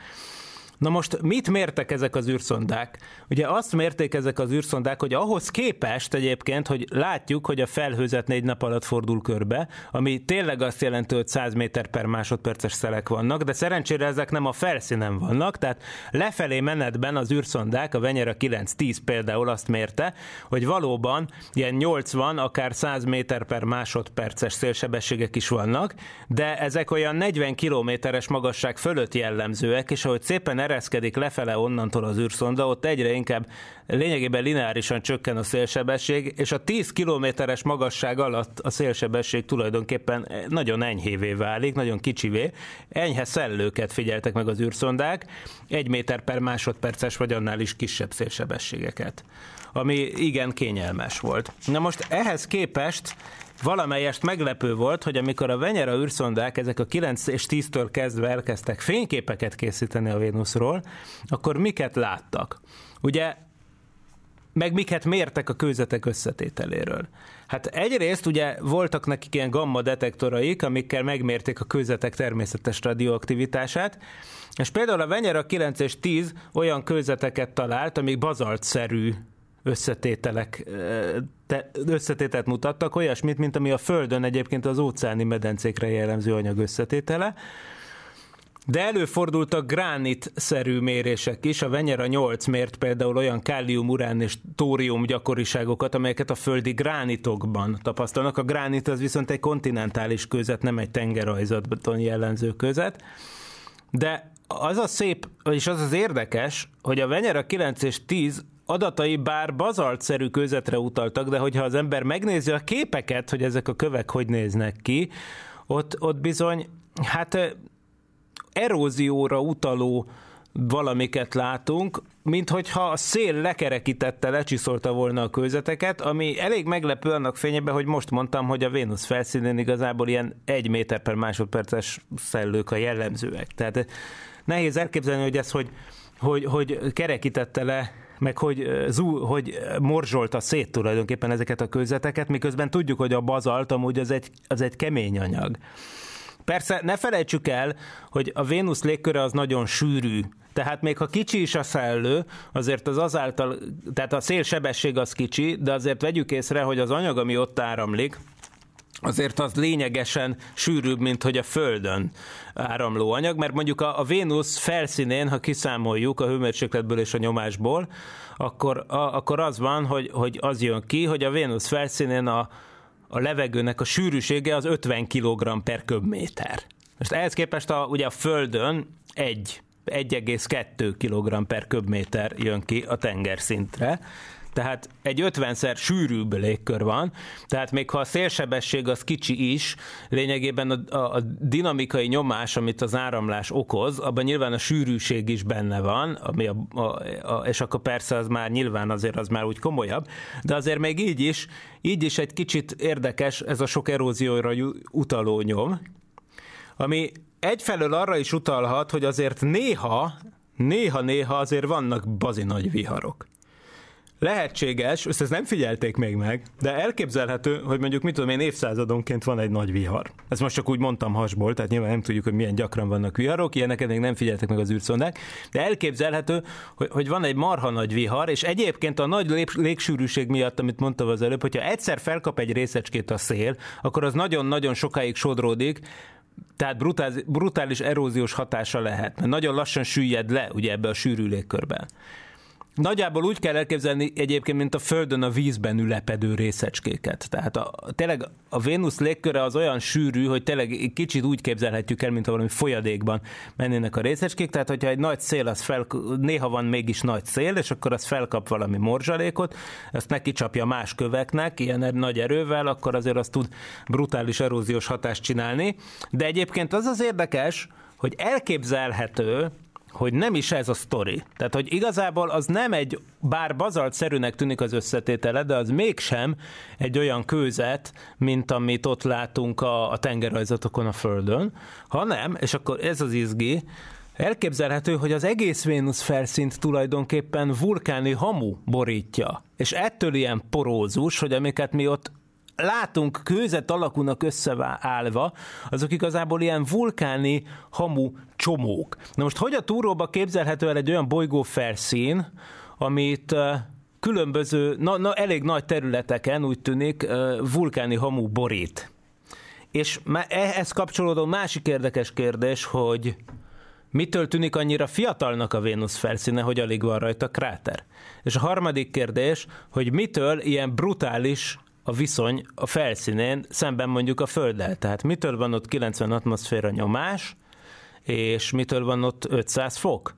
Na most mit mértek ezek az űrszondák? Ugye azt mérték ezek az űrszondák, hogy ahhoz képest egyébként, hogy látjuk, hogy a felhőzet négy nap alatt fordul körbe, ami tényleg azt jelenti, hogy száz méter per másodperces szelek vannak, de szerencsére ezek nem a felszínen vannak, tehát lefelé menetben az űrszondák, a Venyera kilenc tíz például azt mérte, hogy valóban ilyen nyolcvan, akár száz méter per másodperces szélsebességek is vannak, de ezek olyan negyven kilométeres magasság fölött jellemzőek, és ahogy szépen ereszkedik lefele onnantól az űrszonda, ott egyre inkább lényegében lineárisan csökken a szélsebesség, és a tíz kilométeres magasság alatt a szélsebesség tulajdonképpen nagyon enyhévé válik, nagyon kicsivé. Enyhe szellőket figyeltek meg az űrszondák, egy méter per másodperces vagy annál is kisebb szélsebességeket, ami igen kényelmes volt. Na most ehhez képest valamelyest meglepő volt, hogy amikor a Venyera űrszondák ezek a kilenc és tíztől kezdve elkezdtek fényképeket készíteni a Vénuszról, akkor miket láttak? Ugye, meg miket mértek a kőzetek összetételéről? Hát egyrészt ugye voltak nekik ilyen gamma detektoraik, amikkel megmérték a kőzetek természetes radioaktivitását, és például a Venyera kilenc és tíz olyan kőzeteket talált, amik bazaltszerű összetételek, összetételt mutattak, olyasmit, mint ami a Földön egyébként az óceáni medencékre jellemző anyag összetétele. De előfordultak gránitszerű mérések is. A Venyera nyolc mért például olyan kálium, urán és tórium gyakoriságokat, amelyeket a földi gránitokban tapasztalnak. A gránit az viszont egy kontinentális kőzet, nem egy tengerrajzatban jellemző kőzet. De az a szép, és az az érdekes, hogy a Venyera kilenc és tíz adatai bár bazaltszerű kőzetre utaltak, de hogyha az ember megnézi a képeket, hogy ezek a kövek hogy néznek ki, ott, ott bizony hát erózióra utaló valamiket látunk, mint hogyha a szél lekerekítette, lecsiszolta volna a kőzeteket, ami elég meglepő annak fényében, hogy most mondtam, hogy a Vénusz felszínén igazából ilyen egy méter per másodperces szellők a jellemzőek. Tehát nehéz elképzelni, hogy ez, hogy, hogy, hogy kerekítette le, meg hogy, zú, hogy morzsolta szét tulajdonképpen ezeket a kőzeteket, miközben tudjuk, hogy a bazalt amúgy az egy, az egy kemény anyag. Persze ne felejtsük el, hogy a Vénusz légköre az nagyon sűrű, tehát még ha kicsi is a szellő, azért az azáltal, tehát a szélsebesség az kicsi, de azért vegyük észre, hogy az anyag, ami ott áramlik, azért az lényegesen sűrűbb, mint hogy a Földön áramló anyag, mert mondjuk a, a Vénusz felszínén, ha kiszámoljuk a hőmérsékletből és a nyomásból, akkor, a, akkor az van, hogy, hogy az jön ki, hogy a Vénusz felszínén a a levegőnek a sűrűsége az ötven kilogramm per köbméter. Most ehhez képest a, ugye a Földön egy, egy egész kettő kilogramm per köbméter jön ki a tengerszintre, tehát egy ötvenszer sűrűbb légkör van, tehát még ha a szélsebesség az kicsi is, lényegében a, a, a dinamikai nyomás, amit az áramlás okoz, abban nyilván a sűrűség is benne van, ami a, a, a, és akkor persze az már nyilván azért az már úgy komolyabb, de azért még így is, így is egy kicsit érdekes ez a sok erózióra utaló nyom, ami egyfelől arra is utalhat, hogy azért néha, néha-néha azért vannak bazi nagy viharok. Lehetséges, ezt nem figyelték még meg, de elképzelhető, hogy mondjuk mit tudom én, évszázadonként van egy nagy vihar. Ezt most csak úgy mondtam hasból, tehát nyilván nem tudjuk, hogy milyen gyakran vannak viharok, ilyeneket még nem figyeltek meg az űrszondák, de elképzelhető, hogy, hogy van egy marha nagy vihar, és egyébként a nagy lég, légsűrűség miatt, amit mondtam az előbb, hogyha egyszer felkap egy részecskét a szél, akkor az nagyon-nagyon sokáig sodródik, tehát brutális, brutális eróziós hatása lehet, mert nagyon lassan süllyed le ugye ebbe a sűrű légkörben. Nagyjából úgy kell elképzelni egyébként, mint a Földön a vízben ülepedő részecskéket. Tehát a, tényleg a Vénusz légköre az olyan sűrű, hogy tényleg kicsit úgy képzelhetjük el, mint ha valami folyadékban mennének a részecskék. Tehát, hogyha egy nagy szél, az fel, néha van mégis nagy szél, és akkor az felkap valami morzsalékot, ezt neki csapja más köveknek, ilyen nagy erővel, akkor azért az tud brutális eróziós hatást csinálni. De egyébként az az érdekes, hogy elképzelhető, hogy nem is ez a sztori. Tehát, hogy igazából az nem egy, bár bazaltszerűnek tűnik az összetétele, de az mégsem egy olyan kőzet, mint amit ott látunk a, a tengerrajzatokon a Földön, hanem, és akkor ez az izgi, elképzelhető, hogy az egész Vénusz felszínt tulajdonképpen vulkáni hamu borítja. És ettől ilyen porózus, hogy amiket mi ott látunk kőzet alakúnak összeállva, azok igazából ilyen vulkáni hamu csomók. Na most hogy a túróba képzelhető el egy olyan bolygó felszín, amit különböző, na, na, elég nagy területeken úgy tűnik vulkáni hamu borít. És ehhez kapcsolódó másik érdekes kérdés, hogy mitől tűnik annyira fiatalnak a Vénusz felszíne, hogy alig van rajta kráter? És a harmadik kérdés, hogy mitől ilyen brutális a viszony a felszínén szemben mondjuk a Földdel. Tehát mitől van ott kilencven atmoszféra nyomás, és mitől van ott ötszáz fok?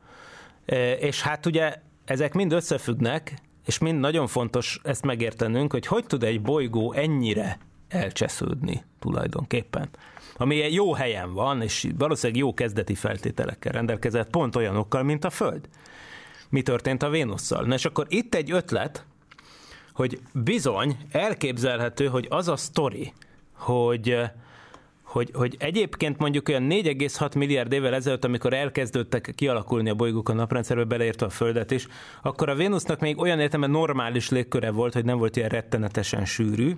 És hát ugye ezek mind összefüggnek, és mind nagyon fontos ezt megértenünk, hogy hogy tud egy bolygó ennyire elcsesződni tulajdonképpen. Ami jó helyen van, és valószínűleg jó kezdeti feltételekkel rendelkezett, pont olyanokkal, mint a Föld. Mi történt a Vénusszal? Na és akkor itt egy ötlet, hogy bizony elképzelhető, hogy az a sztori, hogy, hogy, hogy egyébként mondjuk olyan négy egész hat milliárd évvel ezelőtt, amikor elkezdődtek kialakulni a bolygók a naprendszerbe, beleértve a Földet is, akkor a Vénusznak még olyan értelemben normális légköre volt, hogy nem volt ilyen rettenetesen sűrű,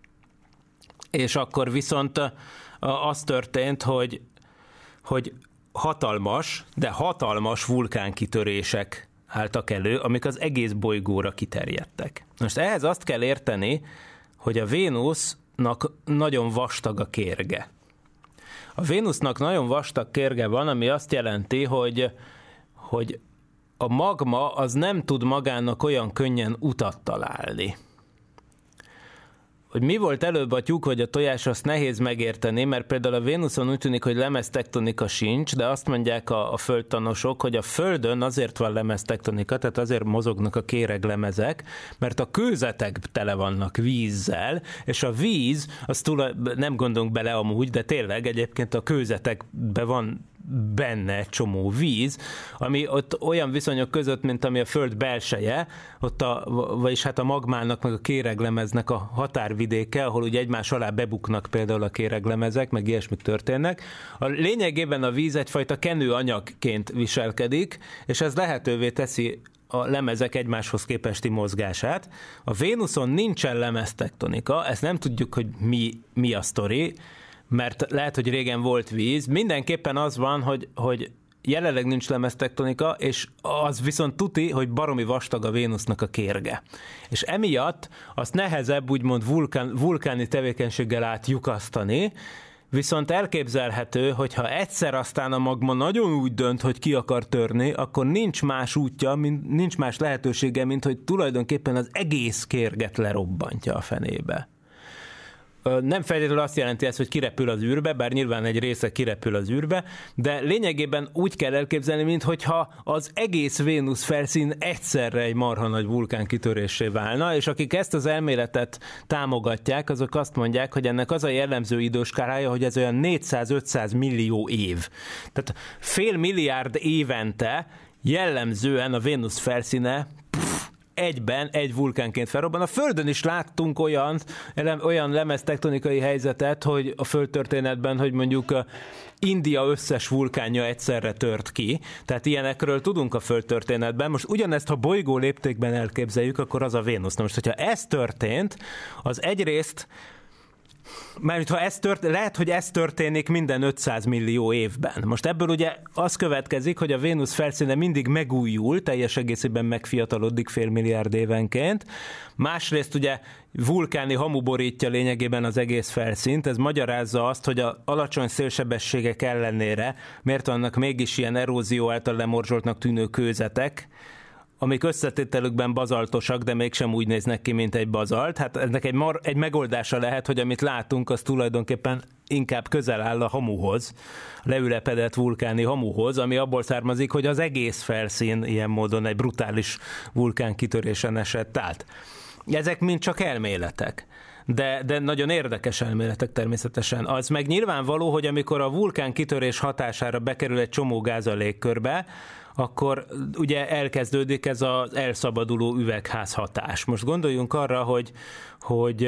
és akkor viszont az történt, hogy, hogy hatalmas, de hatalmas vulkánkitörések álltak elő, amik az egész bolygóra kiterjedtek. Most ehhez azt kell érteni, hogy a Vénusznak nagyon vastag a kérge. A Vénusznak nagyon vastag kérge van, ami azt jelenti, hogy, hogy a magma az nem tud magának olyan könnyen utat találni. hogy mi volt előbb a tyúk vagy a tojás, azt nehéz megérteni, mert például a Vénuszon úgy tűnik, hogy lemeztektonika sincs, de azt mondják a, a földtanosok, hogy a Földön azért van lemeztektonika, tehát azért mozognak a kéreglemezek, mert a kőzetek tele vannak vízzel, és a víz, azt túl nem gondolunk bele amúgy, de tényleg egyébként a kőzetekben van benne egy csomó víz, ami ott olyan viszonyok között, mint ami a Föld belseje, ott a, vagyis hát a magmának, meg a kéreglemeznek a határvidéke, ahol ugye egymás alá bebuknak például a kéreglemezek, meg ilyesmik történnek. A lényegében a víz egyfajta kenőanyagként viselkedik, és ez lehetővé teszi a lemezek egymáshoz képesti mozgását. A Vénuszon nincsen lemeztektonika, ezt nem tudjuk, hogy mi, mi a sztori, mert lehet, hogy régen volt víz. Mindenképpen az van, hogy, hogy jelenleg nincs lemeztektonika, és az viszont tuti, hogy baromi vastag a Vénusznak a kérge. És emiatt azt nehezebb úgymond vulkán, vulkáni tevékenységgel átlyukasztani, viszont elképzelhető, hogyha egyszer aztán a magma nagyon úgy dönt, hogy ki akar törni, akkor nincs más útja, mint, nincs más lehetősége, mint hogy tulajdonképpen az egész kérget lerobbantja a fenébe. Nem feltétlenül azt jelenti ez, hogy kirepül az űrbe, bár nyilván egy része kirepül az űrbe, de lényegében úgy kell elképzelni, minthogyha az egész Vénusz felszín egyszerre egy marha nagy vulkán kitörésé válna, és akik ezt az elméletet támogatják, azok azt mondják, hogy ennek az a jellemző időskálája, hogy ez olyan négyszáz-ötszáz millió év. Tehát fél milliárd évente jellemzően a Vénusz felszíne egyben egy vulkánként felrobban. A Földön is láttunk olyan, olyan lemeztektonikai helyzetet, hogy a földtörténetben, hogy mondjuk India összes vulkánja egyszerre tört ki. Tehát ilyenekről tudunk a földtörténetben. Most ugyanezt, ha bolygó léptékben elképzeljük, akkor az a Vénusz. Na most, hogyha ez történt, az egyrészt Mert ha ez tört, lehet, hogy ez történik minden ötszáz millió évben. Most ebből ugye az következik, hogy a Vénusz felszíne mindig megújul, teljes egészében megfiatalodik fél milliárd évenként. Másrészt ugye vulkáni hamu borítja lényegében az egész felszínt. Ez magyarázza azt, hogy az alacsony szélsebességek ellenére miért vannak mégis ilyen erózió által lemorzsoltnak tűnő kőzetek, amik összetételükben bazaltosak, de mégsem úgy néznek ki, mint egy bazalt. Hát ennek egy, mar, egy megoldása lehet, hogy amit látunk, az tulajdonképpen inkább közel áll a hamuhoz, leülepedett vulkáni hamuhoz, ami abból származik, hogy az egész felszín ilyen módon egy brutális vulkán kitörésen esett át. Ezek mind csak elméletek. De, de nagyon érdekes elméletek természetesen. Az meg nyilvánvaló, hogy amikor a vulkán kitörés hatására bekerül egy csomó gáz a légkörbe, akkor ugye elkezdődik ez az elszabaduló üvegházhatás. Most gondoljunk arra, hogy, hogy,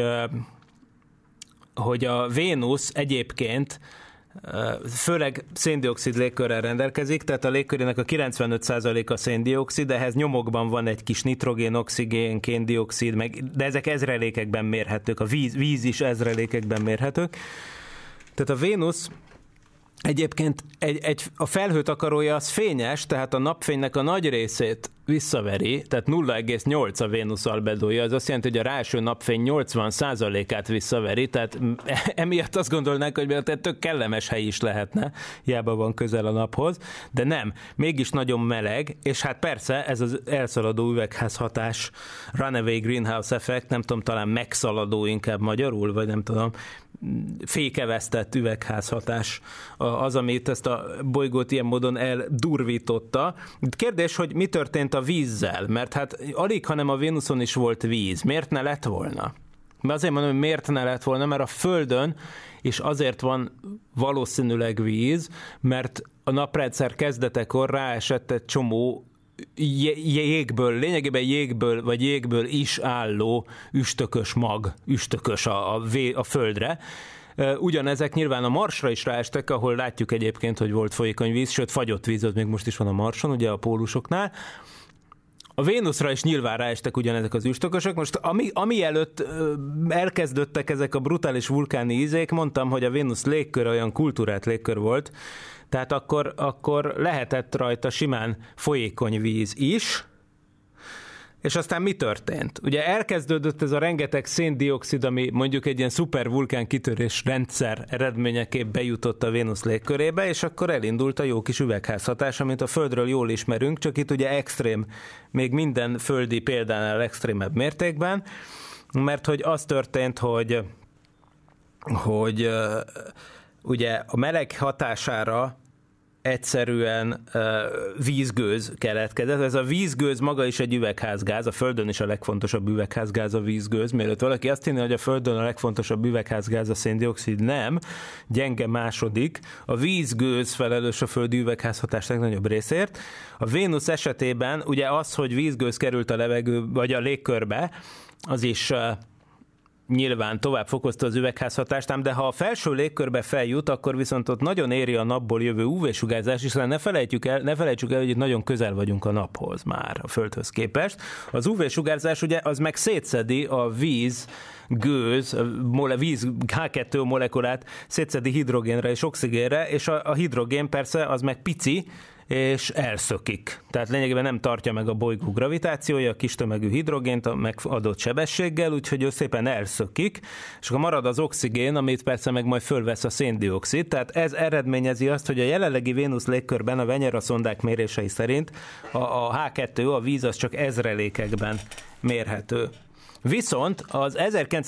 hogy a Vénusz egyébként főleg széndioxid légkörrel rendelkezik, tehát a légkörének a kilencvenöt százaléka széndioxid, ehhez nyomokban van egy kis nitrogén, oxigén, kéndioxid, meg, de ezek ezrelékekben mérhetők, a víz, víz is ezrelékekben mérhetők. Tehát a Vénusz egyébként egy, egy, a felhőtakarója az fényes, tehát a napfénynek a nagy részét visszaveri, tehát nulla egész nyolc a Vénusz albedója, az azt jelenti, hogy a ráeső napfény nyolcvan százalékát visszaveri, tehát emiatt azt gondolnánk, hogy tök kellemes hely is lehetne, hiába van közel a naphoz, de nem, mégis nagyon meleg, és hát persze ez az elszaladó üvegházhatás, runaway greenhouse effect, nem tudom, talán megszaladó inkább magyarul, vagy nem tudom, fékevesztett üvegházhatás az, amit ezt a bolygót ilyen módon eldurvította. Kérdés, hogy mi történt a vízzel, mert hát alig, hanem a Vénuszon is volt víz. Miért ne lett volna? Mert azért mondom, hogy miért ne lett volna, mert a Földön is azért van valószínűleg víz, mert a naprendszer kezdetekor ráesett egy csomó jégből, lényegében jégből, vagy jégből is álló üstökös mag, üstökös a, a, a Földre. Ugyanezek nyilván a Marsra is ráestek, ahol látjuk egyébként, hogy volt folyékony víz, sőt fagyott víz, az még most is van a Marson, ugye a pólusoknál. A Vénuszra is nyilván ráestek ugyanezek az üstökösök. Most ami, ami előtt elkezdődtek ezek a brutális vulkáni ízék, mondtam, hogy a Vénusz légkör olyan kultúrát légkör volt, tehát akkor, akkor lehetett rajta simán folyékony víz is, és aztán mi történt? Ugye elkezdődött ez a rengeteg széndioxid, ami mondjuk egy ilyen szuper vulkán kitörés rendszer eredményeképp bejutott a Vénusz légkörébe, és akkor elindult a jó kis üvegházhatás, amit a Földről jól ismerünk, csak itt ugye extrém, még minden földi példánál extrémebb mértékben, mert hogy az történt, hogy, hogy ugye a meleg hatására egyszerűen uh, vízgőz keletkezett. Ez a vízgőz maga is egy üvegházgáz, a Földön is a legfontosabb üvegházgáz a vízgőz. Mielőtt valaki azt hinné, hogy a Földön a legfontosabb üvegházgáz a széndioxid, nem, gyenge második. A vízgőz felelős a földi üvegházhatás legnagyobb részért. A Vénusz esetében ugye az, hogy vízgőz került a levegő, vagy a légkörbe, az is uh, nyilván tovább fokozta az üvegházhatást, ám de ha a felső légkörbe feljut, akkor viszont ott nagyon éri a napból jövő ú vé-sugárzás, és ne felejtjük el, ne felejtsük el, hogy itt nagyon közel vagyunk a naphoz már a Földhöz képest. Az ú vé-sugárzás ugye az meg szétszedi a víz, gőz, mole, víz há kettő molekulát, szétszedi hidrogénre és oxigénre, és a, a hidrogén persze az meg pici, és elszökik. Tehát lényegében nem tartja meg a bolygó gravitációja, a kis tömegű hidrogént a megadott sebességgel, úgyhogy ő szépen elszökik, és akkor marad az oxigén, amit persze meg majd fölvesz a széndioxid. Tehát ez eredményezi azt, hogy a jelenlegi Vénusz légkörben a Venera szondák mérései szerint a, a há kettő, a víz az csak ezrelékekben mérhető. Viszont az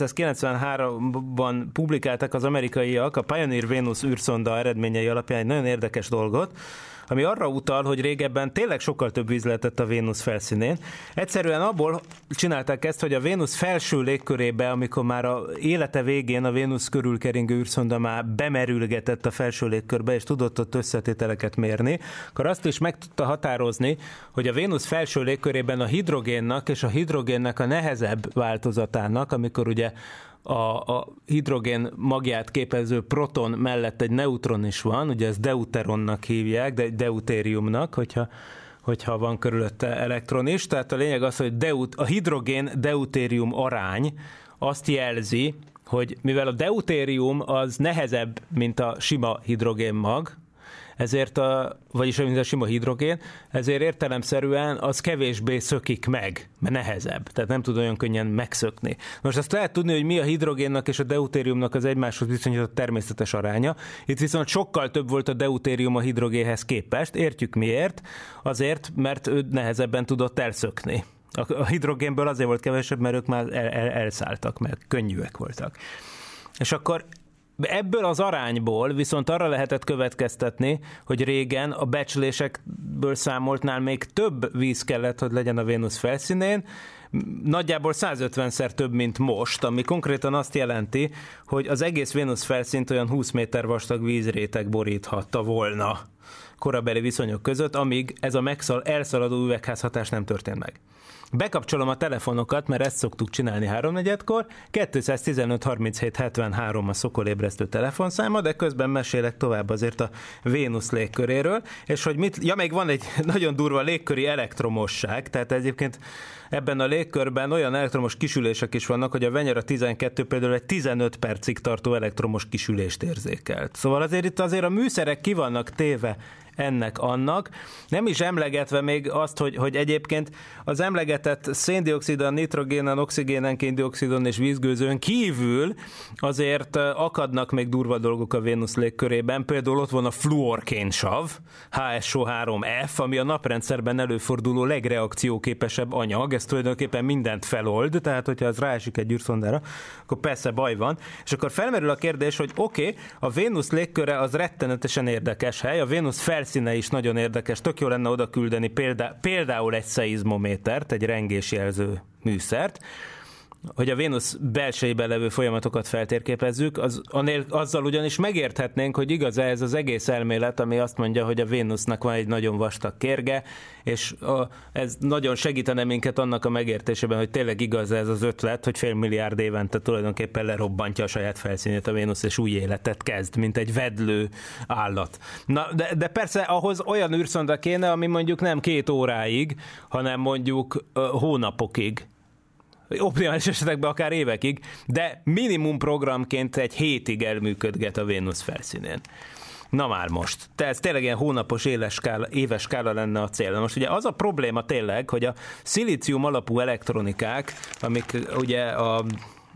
ezerkilencszázkilencvenháromban publikáltak az amerikaiak a Pioneer Venus űrszonda eredményei alapján egy nagyon érdekes dolgot, ami arra utal, hogy régebben tényleg sokkal több víz lehetett a Vénusz felszínén. Egyszerűen abból csinálták ezt, hogy a Vénusz felső légkörébe, amikor már a élete végén a Vénusz körül keringő űrszonda már bemerülgetett a felső légkörbe, és tudott ott összetételeket mérni, akkor azt is meg tudta határozni, hogy a Vénusz felső légkörében a hidrogénnak és a hidrogénnek a nehezebb változatának, amikor ugye A, a hidrogén magját képező proton mellett egy neutron is van, ugye ezt deuteronnak hívják, de deutériumnak, hogyha, hogyha van körülötte elektron is. Tehát a lényeg az, hogy deut, a hidrogén-deutérium arány azt jelzi, hogy mivel a deutérium az nehezebb, mint a sima hidrogénmag, ezért a, vagyis mint a sima hidrogén, ezért értelemszerűen az kevésbé szökik meg, mert nehezebb, tehát nem tud olyan könnyen megszökni. Most azt lehet tudni, hogy mi a hidrogénnak és a deutériumnak az egymáshoz viszonyított természetes aránya. Itt viszont sokkal több volt a deutérium a hidrogénhez képest. Értjük miért? Azért, mert ő nehezebben tudott elszökni. A hidrogénből azért volt kevesebb, mert ők már el, el, elszálltak, mert könnyűek voltak. És akkor ebből az arányból viszont arra lehetett következtetni, hogy régen a becslésekből számoltnál még több víz kellett, hogy legyen a Vénusz felszínén, nagyjából százötvenszer több, mint most, ami konkrétan azt jelenti, hogy az egész Vénusz felszínt olyan húsz méter vastag vízréteg boríthatta volna korabeli viszonyok között, amíg ez a megszal, elszaladó üvegházhatás nem történt meg. Bekapcsolom a telefonokat, mert ezt szoktuk csinálni háromnegyedkor, kettőszáztizenöt harminchét hetvenhárom a szokolébresztő telefonszáma, de közben mesélek tovább azért a Vénusz légköréről, és hogy mit, ja, még van egy nagyon durva légköri elektromosság, tehát egyébként ebben a légkörben olyan elektromos kisülések is vannak, hogy a Venera tizenkettő például egy tizenöt percig tartó elektromos kisülést érzékelt. Szóval azért itt azért a műszerek ki vannak téve ennek, annak. Nem is emlegetve még azt, hogy, hogy egyébként az emlegetett széndioxidon, nitrogénen, oxigénen, kén-dioxidon és vízgőzön kívül azért akadnak még durva dolgok a Vénusz légkörében. Például ott van a fluorkénsav, há es o három ef, ami a naprendszerben előforduló legreakcióképesebb anyag. Ez tulajdonképpen mindent felold, tehát hogyha az ráesik egy űrszondára, akkor persze baj van. És akkor felmerül a kérdés, hogy oké, okay, a Vénusz légköre az rettenetesen érdekes hely, a Vénusz felszíne is nagyon érdekes, tök jó lenne oda küldeni példá, például egy szeizmométert, egy rengésjelző műszert, hogy a Vénusz belsejében levő folyamatokat feltérképezzük, az, anél, azzal ugyanis megérthetnénk, hogy igaz-e ez az egész elmélet, ami azt mondja, hogy a Vénusznak van egy nagyon vastag kérge, és a, ez nagyon segítene minket annak a megértésében, hogy tényleg igaz ez az ötlet, hogy fél milliárd évente tulajdonképpen lerobbantja a saját felszínét a Vénusz, és új életet kezd, mint egy vedlő állat. Na, de, de persze ahhoz olyan űrszonda kéne, ami mondjuk nem két óráig, hanem mondjuk uh, hónapokig, optimális esetekben akár évekig, de minimum programként egy hétig elműködget a Vénusz felszínén. Na már most. Tehát ez tényleg ilyen hónapos éles skála, éves skála lenne a cél. Na most ugye az a probléma tényleg, hogy a szilícium alapú elektronikák, amik ugye a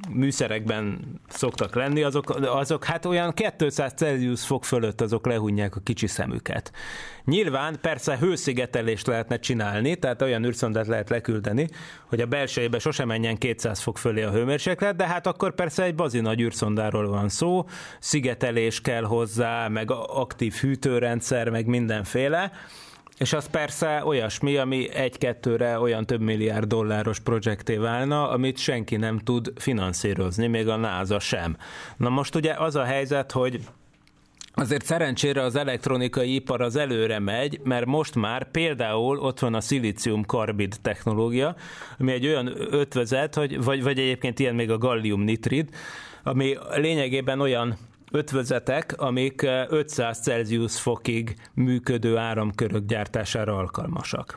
műszerekben szoktak lenni, azok, azok hát olyan kétszáz Celsius fok fölött azok lehunják a kicsi szemüket. Nyilván persze hőszigetelést lehetne csinálni, tehát olyan űrszondát lehet leküldeni, hogy a belsejébe sosem menjen kétszáz fok fölé a hőmérséklet, de hát akkor persze egy bazi nagy űrszondáról van szó, szigetelés kell hozzá, meg aktív hűtőrendszer, meg mindenféle, és az persze olyasmi, ami egy-kettőre olyan több milliárd dolláros projekté válna, amit senki nem tud finanszírozni, még a NASA sem. Na most ugye az a helyzet, hogy azért szerencsére az elektronikai ipar az előre megy, mert most már például ott van a szilícium-karbid technológia, ami egy olyan ötvözet, hogy, vagy, vagy egyébként ilyen még a gallium-nitrid, ami lényegében olyan ötvözetek, amik ötszáz Celsius fokig működő áramkörök gyártására alkalmasak.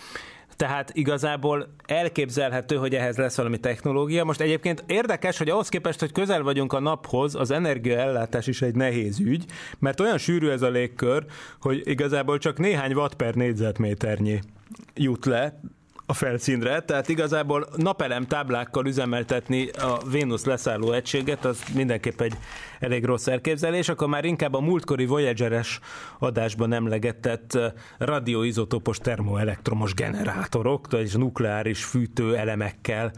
Tehát igazából elképzelhető, hogy ehhez lesz valami technológia. Most egyébként érdekes, hogy ahhoz képest, hogy közel vagyunk a naphoz, az energiaellátás is egy nehéz ügy, mert olyan sűrű ez a légkör, hogy igazából csak néhány watt per négyzetméternyi jut le a felszínre, tehát igazából napelem táblákkal üzemeltetni a Vénusz leszálló egységet, az mindenképp egy elég rossz elképzelés, akkor már inkább a múltkori Voyager-es adásban emlegetett radioizotopos termoelektromos generátorok, és nukleáris fűtőelemekkel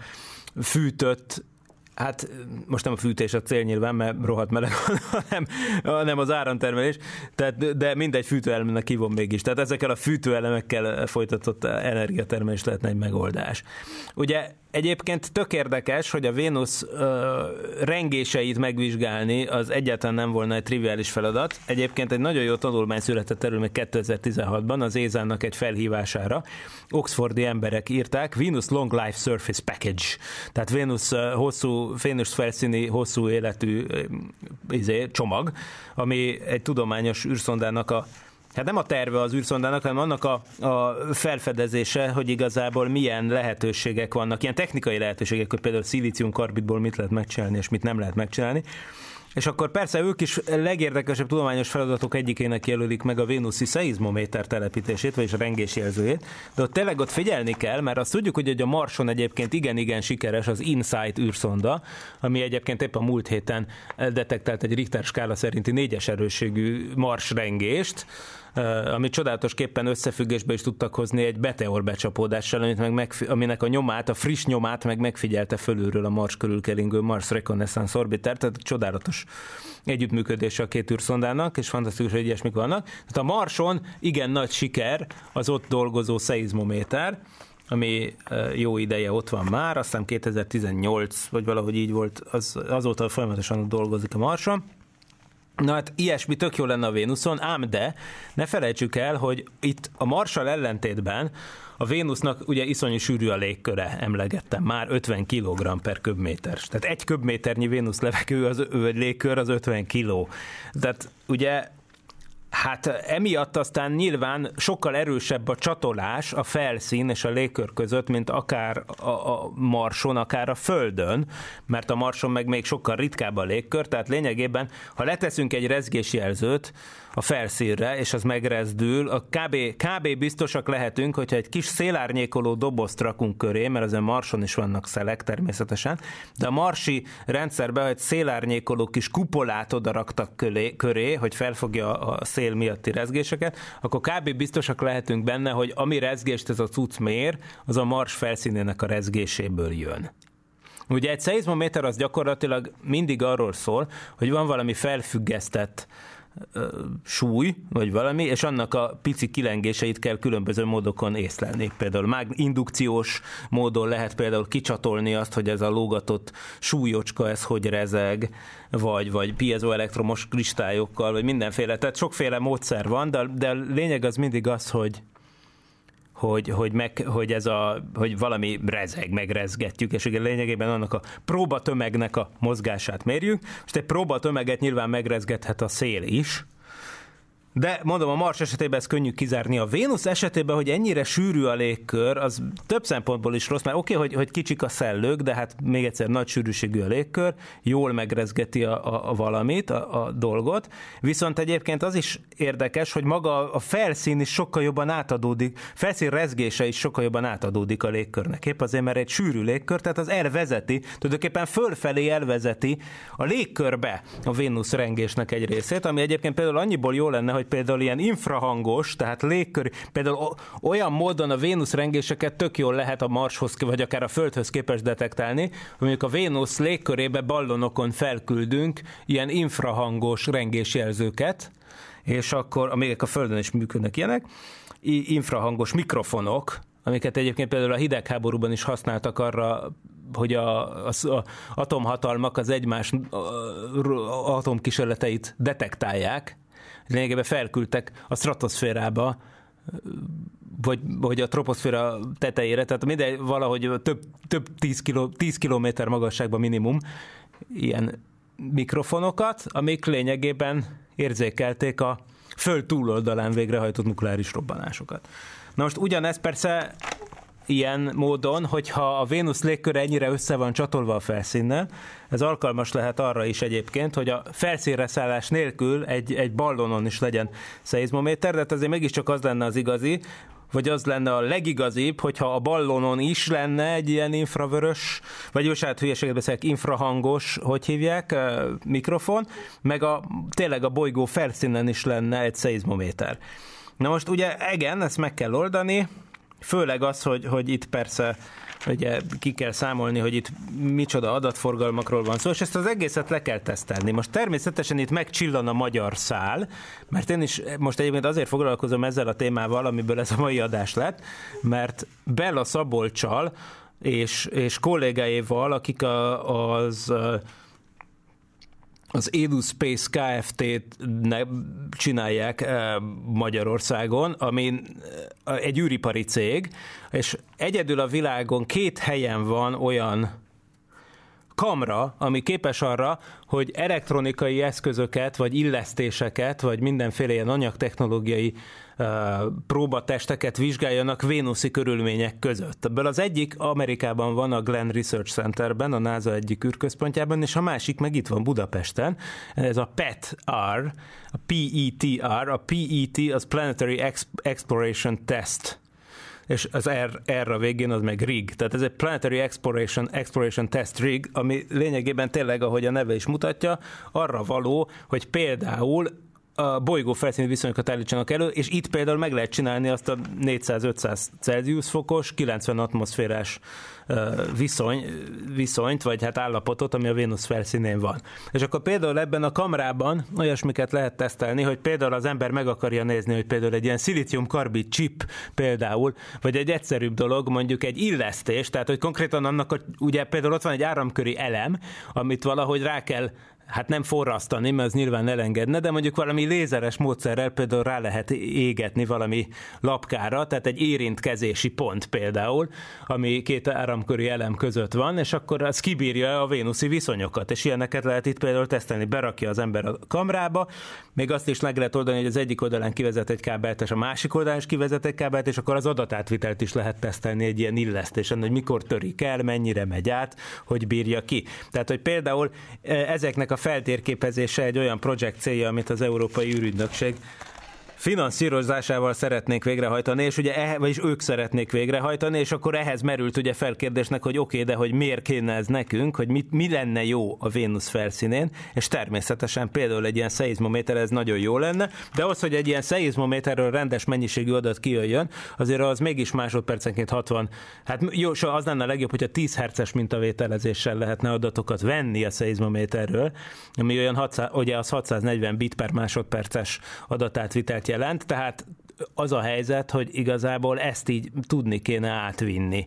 fűtött, hát most nem a fűtés a cél nyilván, mert rohadt meleg, hanem, hanem az áramtermelés, tehát, de mindegy fűtőelemnek hívom mégis. Tehát ezekkel a fűtőelemekkel folytatott energiatermelés lehetne egy megoldás. Ugye egyébként tök érdekes, hogy a Vénusz uh, rengéseit megvizsgálni az egyáltalán nem volna egy triviális feladat. Egyébként egy nagyon jó tanulmány született erről még kétezer-tizenhatban az é es á-nak egy felhívására. Oxfordi emberek írták, Venus Long Life Surface Package, tehát Vénusz uh, hosszú, Vénusz felszíni hosszú életű uh, izé, csomag, ami egy tudományos űrszondának a hát nem a terve az űrszondának, hanem annak a, a felfedezése, hogy igazából milyen lehetőségek vannak, ilyen technikai lehetőségek, hogy például szilícium-karbidból mit lehet megcsinálni, és mit nem lehet megcsinálni. És akkor persze ők is legérdekesebb tudományos feladatok egyikének jelölik meg a vénuszi szeizmométer telepítését, vagyis a rengésjelzőjét, de ott tényleg ott figyelni kell, mert azt tudjuk, hogy a Marson egyébként igen-igen sikeres az InSight űrszonda, ami egyébként épp a múlt héten detektált egy Richter skála szerinti négyes erősségű Mars rengést, amit csodálatosképpen összefüggésbe is tudtak hozni egy meteor becsapódással, amit meg megfi- aminek a nyomát, a friss nyomát meg megfigyelte fölülről a Mars körül keringő Mars Reconnaissance Orbiter, tehát csodálatos együttműködése a két űrszondának, és fantasztikus, hogy ilyesmik vannak. Tehát a Marson igen nagy siker az ott dolgozó szeizmométer, ami jó ideje ott van már, aztán kétezer-tizennyolc, vagy valahogy így volt, az, azóta folyamatosan dolgozik a Marson. Na hát ilyesmi tök jó lenne a Vénuszon, ám de ne felejtsük el, hogy itt a Marssal ellentétben a Vénusznak ugye iszonyú sűrű a légköre, emlegettem már, ötven kilogramm per köbméter. Tehát egy köbméternyi Vénusz levegő, az vagy légkör az ötven kiló. Tehát ugye hát emiatt aztán nyilván sokkal erősebb a csatolás a felszín és a légkör között, mint akár a, a Marson, akár a Földön, mert a Marson meg még sokkal ritkább a légkör, tehát lényegében, ha leteszünk egy rezgésjelzőt a felszínre, és az megrezdül, a kb, kb. Biztosak lehetünk, hogyha egy kis szélárnyékoló dobozt rakunk köré, mert azért Marson is vannak szelek természetesen, de a marsi rendszerben, hogy szélárnyékoló kis kupolát oda raktak köré, köré, hogy felfogja a szél miatti rezgéseket, akkor kb. Biztosak lehetünk benne, hogy ami rezgést ez a cucc mér, az a Mars felszínének a rezgéséből jön. Ugye egy szeizmométer az gyakorlatilag mindig arról szól, hogy van valami felfüggesztett súly, vagy valami, és annak a pici kilengéseit kell különböző módokon észlelni. Például mág indukciós módon lehet például kicsatolni azt, hogy ez a lógatott súlyocska, ez hogy rezeg, vagy, vagy piezoelektromos kristályokkal, vagy mindenféle. Tehát sokféle módszer van, de, de a lényeg az mindig az, hogy Hogy, hogy, meg, hogy, ez a, hogy valami rezeg, megrezgetjük, és ugye lényegében annak a próbatömegnek a mozgását mérjük. Most egy próbatömeget nyilván megrezgethet a szél is, De mondom, a Mars esetében ez könnyű kizárni. A Vénusz esetében, hogy ennyire sűrű a légkör, az több szempontból is rossz, mert oké, okay, hogy, hogy kicsik a szellők, de hát még egyszer nagy sűrűségű a légkör, jól megrezgeti a, a, a valamit, a, a dolgot. Viszont egyébként az is érdekes, hogy maga a felszín is sokkal jobban átadódik, felszín rezgése is sokkal jobban átadódik a légkörnek. Épp azért, mert egy sűrű légkör, tehát az elvezeti, tulajdonképpen fölfelé elvezeti a légkörbe a Vénusz rengésnek egy részét, ami egyébként például annyiból jó lenne, hogy például ilyen infrahangos, tehát légkör, például olyan módon a Vénusz rengéseket tök jól lehet a Marshoz, vagy akár a Földhöz képest detektálni, mondjuk a Vénusz légkörébe ballonokon felküldünk ilyen infrahangos rengésjelzőket, és akkor, amelyek a Földön is működnek ilyenek, infrahangos mikrofonok, amiket egyébként például a hidegháborúban is használtak arra, hogy a, a, a atomhatalmak az egymás atomkísérleteit detektálják. Lényegében felküldtek a stratoszférába, vagy, vagy a troposzféra tetejére, tehát mindegy, valahogy több, több tíz, kiló, tíz kilométer magasságban minimum ilyen mikrofonokat, amik lényegében érzékelték a Föld túloldalán végrehajtott nukleáris robbanásokat. Na most ugyanez persze ilyen módon, hogyha a Vénusz légköre ennyire össze van csatolva a felszínnel, ez alkalmas lehet arra is egyébként, hogy a felszínre szállás nélkül egy, egy ballonon is legyen szeizmométer, de azért mégiscsak az lenne az igazi, vagy az lenne a legigazibb, hogyha a ballonon is lenne egy ilyen infravörös, vagy jó, hát hülyeséget beszélek, infrahangos, hogy hívják, mikrofon, meg a, tényleg a bolygó felszínen is lenne egy szeizmométer. Na most ugye igen, ezt meg kell oldani, főleg az, hogy, hogy itt persze ugye ki kell számolni, hogy itt micsoda adatforgalmakról van szó, és ezt az egészet le kell tesztelni. Most természetesen itt megcsillan a magyar szál, mert én is most egyébként azért foglalkozom ezzel a témával, amiből ez a mai adás lett, mert Bella Szabolccsal és, és kollégáival, akik a, az az EduSpace Kft-t csinálják Magyarországon, ami egy űripari cég, és egyedül a világon két helyen van olyan kamra, ami képes arra, hogy elektronikai eszközöket, vagy illesztéseket, vagy mindenféle ilyen anyagtechnológiai uh, próbatesteket vizsgáljanak vénuszi körülmények között. Ebből az egyik Amerikában van a Glenn Research Centerben, a NASA egyik űrközpontjában, és a másik meg itt van Budapesten. Ez a P E T R, a P E T R, a P E T az Planetary Exploration Test, és az R, R a végén az meg rig. Tehát ez egy Planetary Exploration, Exploration Test rig, ami lényegében tényleg, ahogy a neve is mutatja, arra való, hogy például a bolygó felszíni viszonyokat állítsanak elő, és itt például meg lehet csinálni azt a négyszáz-ötszáz Celsius fokos, kilencven atmoszférás viszony, viszonyt, vagy hát állapotot, ami a Vénusz felszínén van. És akkor például ebben a kamrában olyasmiket lehet tesztelni, hogy például az ember meg akarja nézni, hogy például egy ilyen szilícium-karbid chip például, vagy egy egyszerűbb dolog, mondjuk egy illesztés, tehát hogy konkrétan annak, a, ugye például ott van egy áramköri elem, amit valahogy rá kell hát nem forrasztani, mert ez nyilván elengedne, de mondjuk valami lézeres módszerrel például rá lehet égetni valami lapkára, tehát egy érintkezési pont például, ami két áramköri elem között van, és akkor az kibírja a vénuszi viszonyokat, és ilyeneket lehet itt például tesztelni. Berakja az ember a kamrába, még azt is meg lehet oldani, hogy az egyik oldalán kivezet egy kábelt, és a másik oldalán is kivezet egy kábelt, és akkor az adatátvitelt is lehet tesztelni egy ilyen illesztésen, hogy mikor törik el, mennyire megy át, hogy bírja ki. Tehát, hogy például ezeknek a feltérképezése egy olyan projekt célja, amit az Európai űrügynökség finanszírozásával szeretnék végrehajtani, és ugye eh, vagyis ők szeretnék végrehajtani, és akkor ehhez merült ugye felkérdésnek, hogy oké, okay, de hogy miért kéne ez nekünk, hogy mi, mi lenne jó a Vénusz felszínén, és természetesen például egy ilyen szeizmométer ez nagyon jó lenne, de az, hogy egy ilyen szeizmométerről rendes mennyiségű adat kijöjjön, azért az mégis másodpercenként hatvan, hát jó, so az lenne a legjobb, hogyha tíz hertzes mintavételezéssel lehetne adatokat venni a szeizmométerről, ami olyan hatszáz, ugye az hatszáznegyven bit per másodperces adatátvitelt jelent, tehát az a helyzet, hogy igazából ezt így tudni kéne átvinni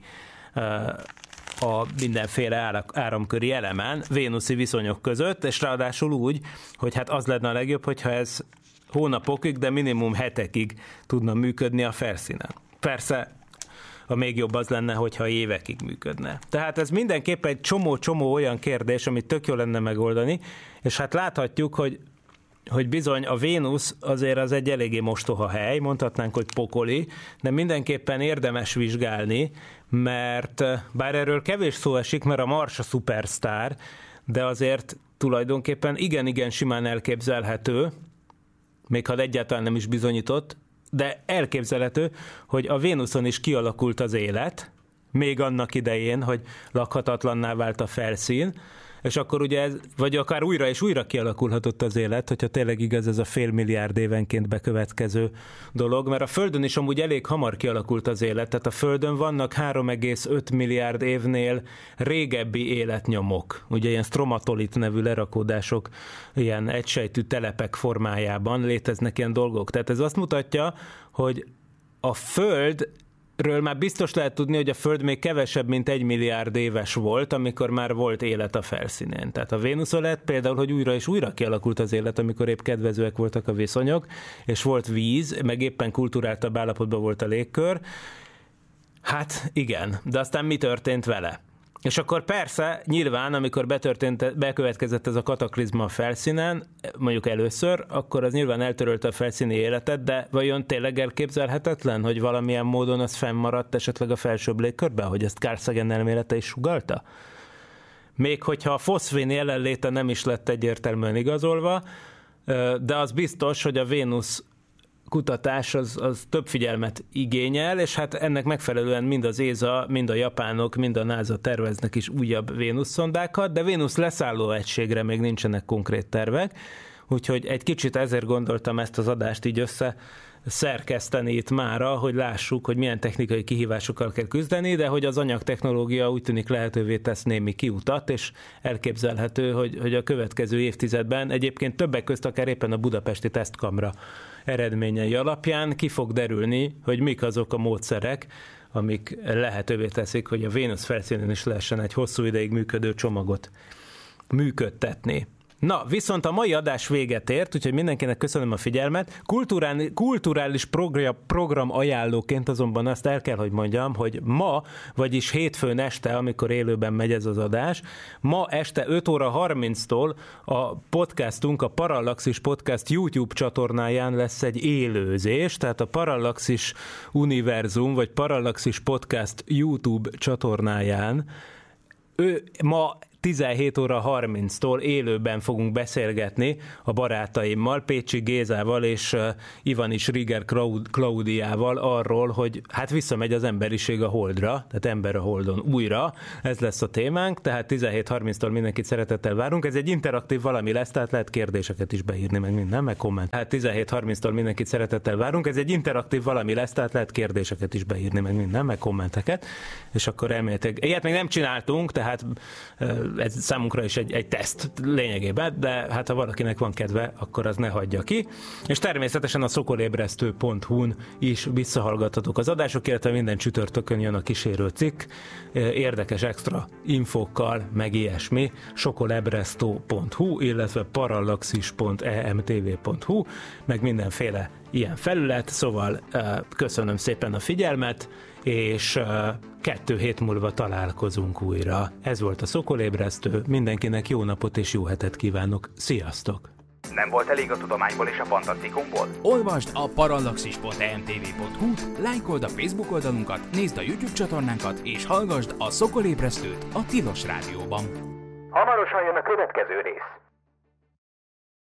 a mindenféle áramköri elemen, vénuszi viszonyok között, és ráadásul úgy, hogy hát az lenne a legjobb, hogyha ez hónapokig, de minimum hetekig tudna működni a felszínen. Persze a még jobb az lenne, hogyha évekig működne. Tehát ez mindenképpen egy csomó-csomó olyan kérdés, amit tök jó lenne megoldani, és hát láthatjuk, hogy hogy bizony a Vénusz azért az egy eléggé mostoha hely, mondhatnánk, hogy pokoli, de mindenképpen érdemes vizsgálni, mert bár erről kevés szó esik, mert a Mars a szupersztár, de azért tulajdonképpen igen-igen simán elképzelhető, még ha egyáltalán nem is bizonyított, de elképzelhető, hogy a Vénuszon is kialakult az élet, még annak idején, hogy lakhatatlanná vált a felszín, és akkor ugye ez, vagy akár újra és újra kialakulhatott az élet, hogyha tényleg igaz ez a fél milliárd évenként bekövetkező dolog, mert a Földön is amúgy elég hamar kialakult az élet, tehát a Földön vannak három egész öt milliárd évnél régebbi életnyomok, ugye ilyen stromatolit nevű lerakódások, ilyen egysejtű telepek formájában léteznek ilyen dolgok. Tehát ez azt mutatja, hogy a Föld ről már biztos lehet tudni, hogy a Föld még kevesebb, mint egy milliárd éves volt, amikor már volt élet a felszínén. Tehát a Vénuszon lehet például, hogy újra és újra kialakult az élet, amikor épp kedvezőek voltak a viszonyok, és volt víz, meg éppen kulturáltabb állapotban volt a légkör. Hát igen, de aztán mi történt vele? És akkor persze, nyilván, amikor betörtént, bekövetkezett ez a kataklizma a felszínen, mondjuk először, akkor az nyilván eltörölte a felszíni életet, de vajon tényleg elképzelhetetlen, hogy valamilyen módon az fennmaradt esetleg a felsőbb légkörben, hogy ezt Carl Sagan elmélete is sugallta? Még hogyha a foszfén jelenléte nem is lett egyértelműen igazolva, de az biztos, hogy a Vénusz kutatás az, az több figyelmet igényel, és hát ennek megfelelően mind az é es á, mind a japánok, mind a NASA terveznek is újabb Vénusz-szondákat, de Vénusz leszálló egységre még nincsenek konkrét tervek, úgyhogy egy kicsit ezért gondoltam ezt az adást így össze szerkeszteni itt mára, hogy lássuk, hogy milyen technikai kihívásokkal kell küzdeni, de hogy az anyagtechnológia úgy tűnik lehetővé tesz némi kiutat, és elképzelhető, hogy, hogy a következő évtizedben egyébként többek közt akár éppen a budapesti tesztkamra eredményei alapján ki fog derülni, hogy mik azok a módszerek, amik lehetővé teszik, hogy a Vénusz felszínén is lehessen egy hosszú ideig működő csomagot működtetni. Na, viszont a mai adás véget ért, úgyhogy mindenkinek köszönöm a figyelmet. Kulturális, kulturális program, program ajánlóként azonban azt el kell, hogy mondjam, hogy ma, vagyis hétfőn este, amikor élőben megy ez az adás, ma este öt óra harminctól a podcastunk, a Parallaxis Podcast YouTube csatornáján lesz egy élőzés, tehát a Parallaxis Univerzum, vagy Parallaxis Podcast YouTube csatornáján ő ma tizenhét óra harminctól élőben fogunk beszélgetni a barátaimmal, Pécsi Gézával és Ivanis Riger Klaudiával arról, hogy hát visszamegy az emberiség a Holdra, tehát ember a Holdon újra, ez lesz a témánk, tehát tizenhét harminctól mindenkit szeretettel várunk, ez egy interaktív valami lesz, tehát lehet kérdéseket is beírni, meg minden, meg komment. Tehát tizenhét harminctól mindenkit szeretettel várunk, ez egy interaktív valami lesz, tehát lehet kérdéseket is beírni, meg minden, meg kommenteket, és akkor elméletileg, ilyet még nem csináltunk, tehát ez számunkra is egy, egy teszt lényegében, de hát ha valakinek van kedve, akkor az ne hagyja ki. És természetesen a szokolébresztő pont hu-n is visszahallgathatók az adások, illetve minden csütörtökön jön a kísérő cikk, érdekes extra infókkal, meg ilyesmi, sokolebresztő pont hu, illetve parallaxis pont e m t v pont hu, meg mindenféle ilyen felület, szóval köszönöm szépen a figyelmet, és kettő hét múlva találkozunk újra. Ez volt a Szokolébresztő, mindenkinek jó napot és jó hetet kívánok, sziasztok! Nem volt elég a tudományból és a fantasztikumból? Olvasd a parallaxis pont e m t v pont hu-t, lájkold a Facebook oldalunkat, nézd a YouTube csatornánkat, és hallgasd a Szokolébresztőt a Tilos Rádióban. Hamarosan jön a következő rész.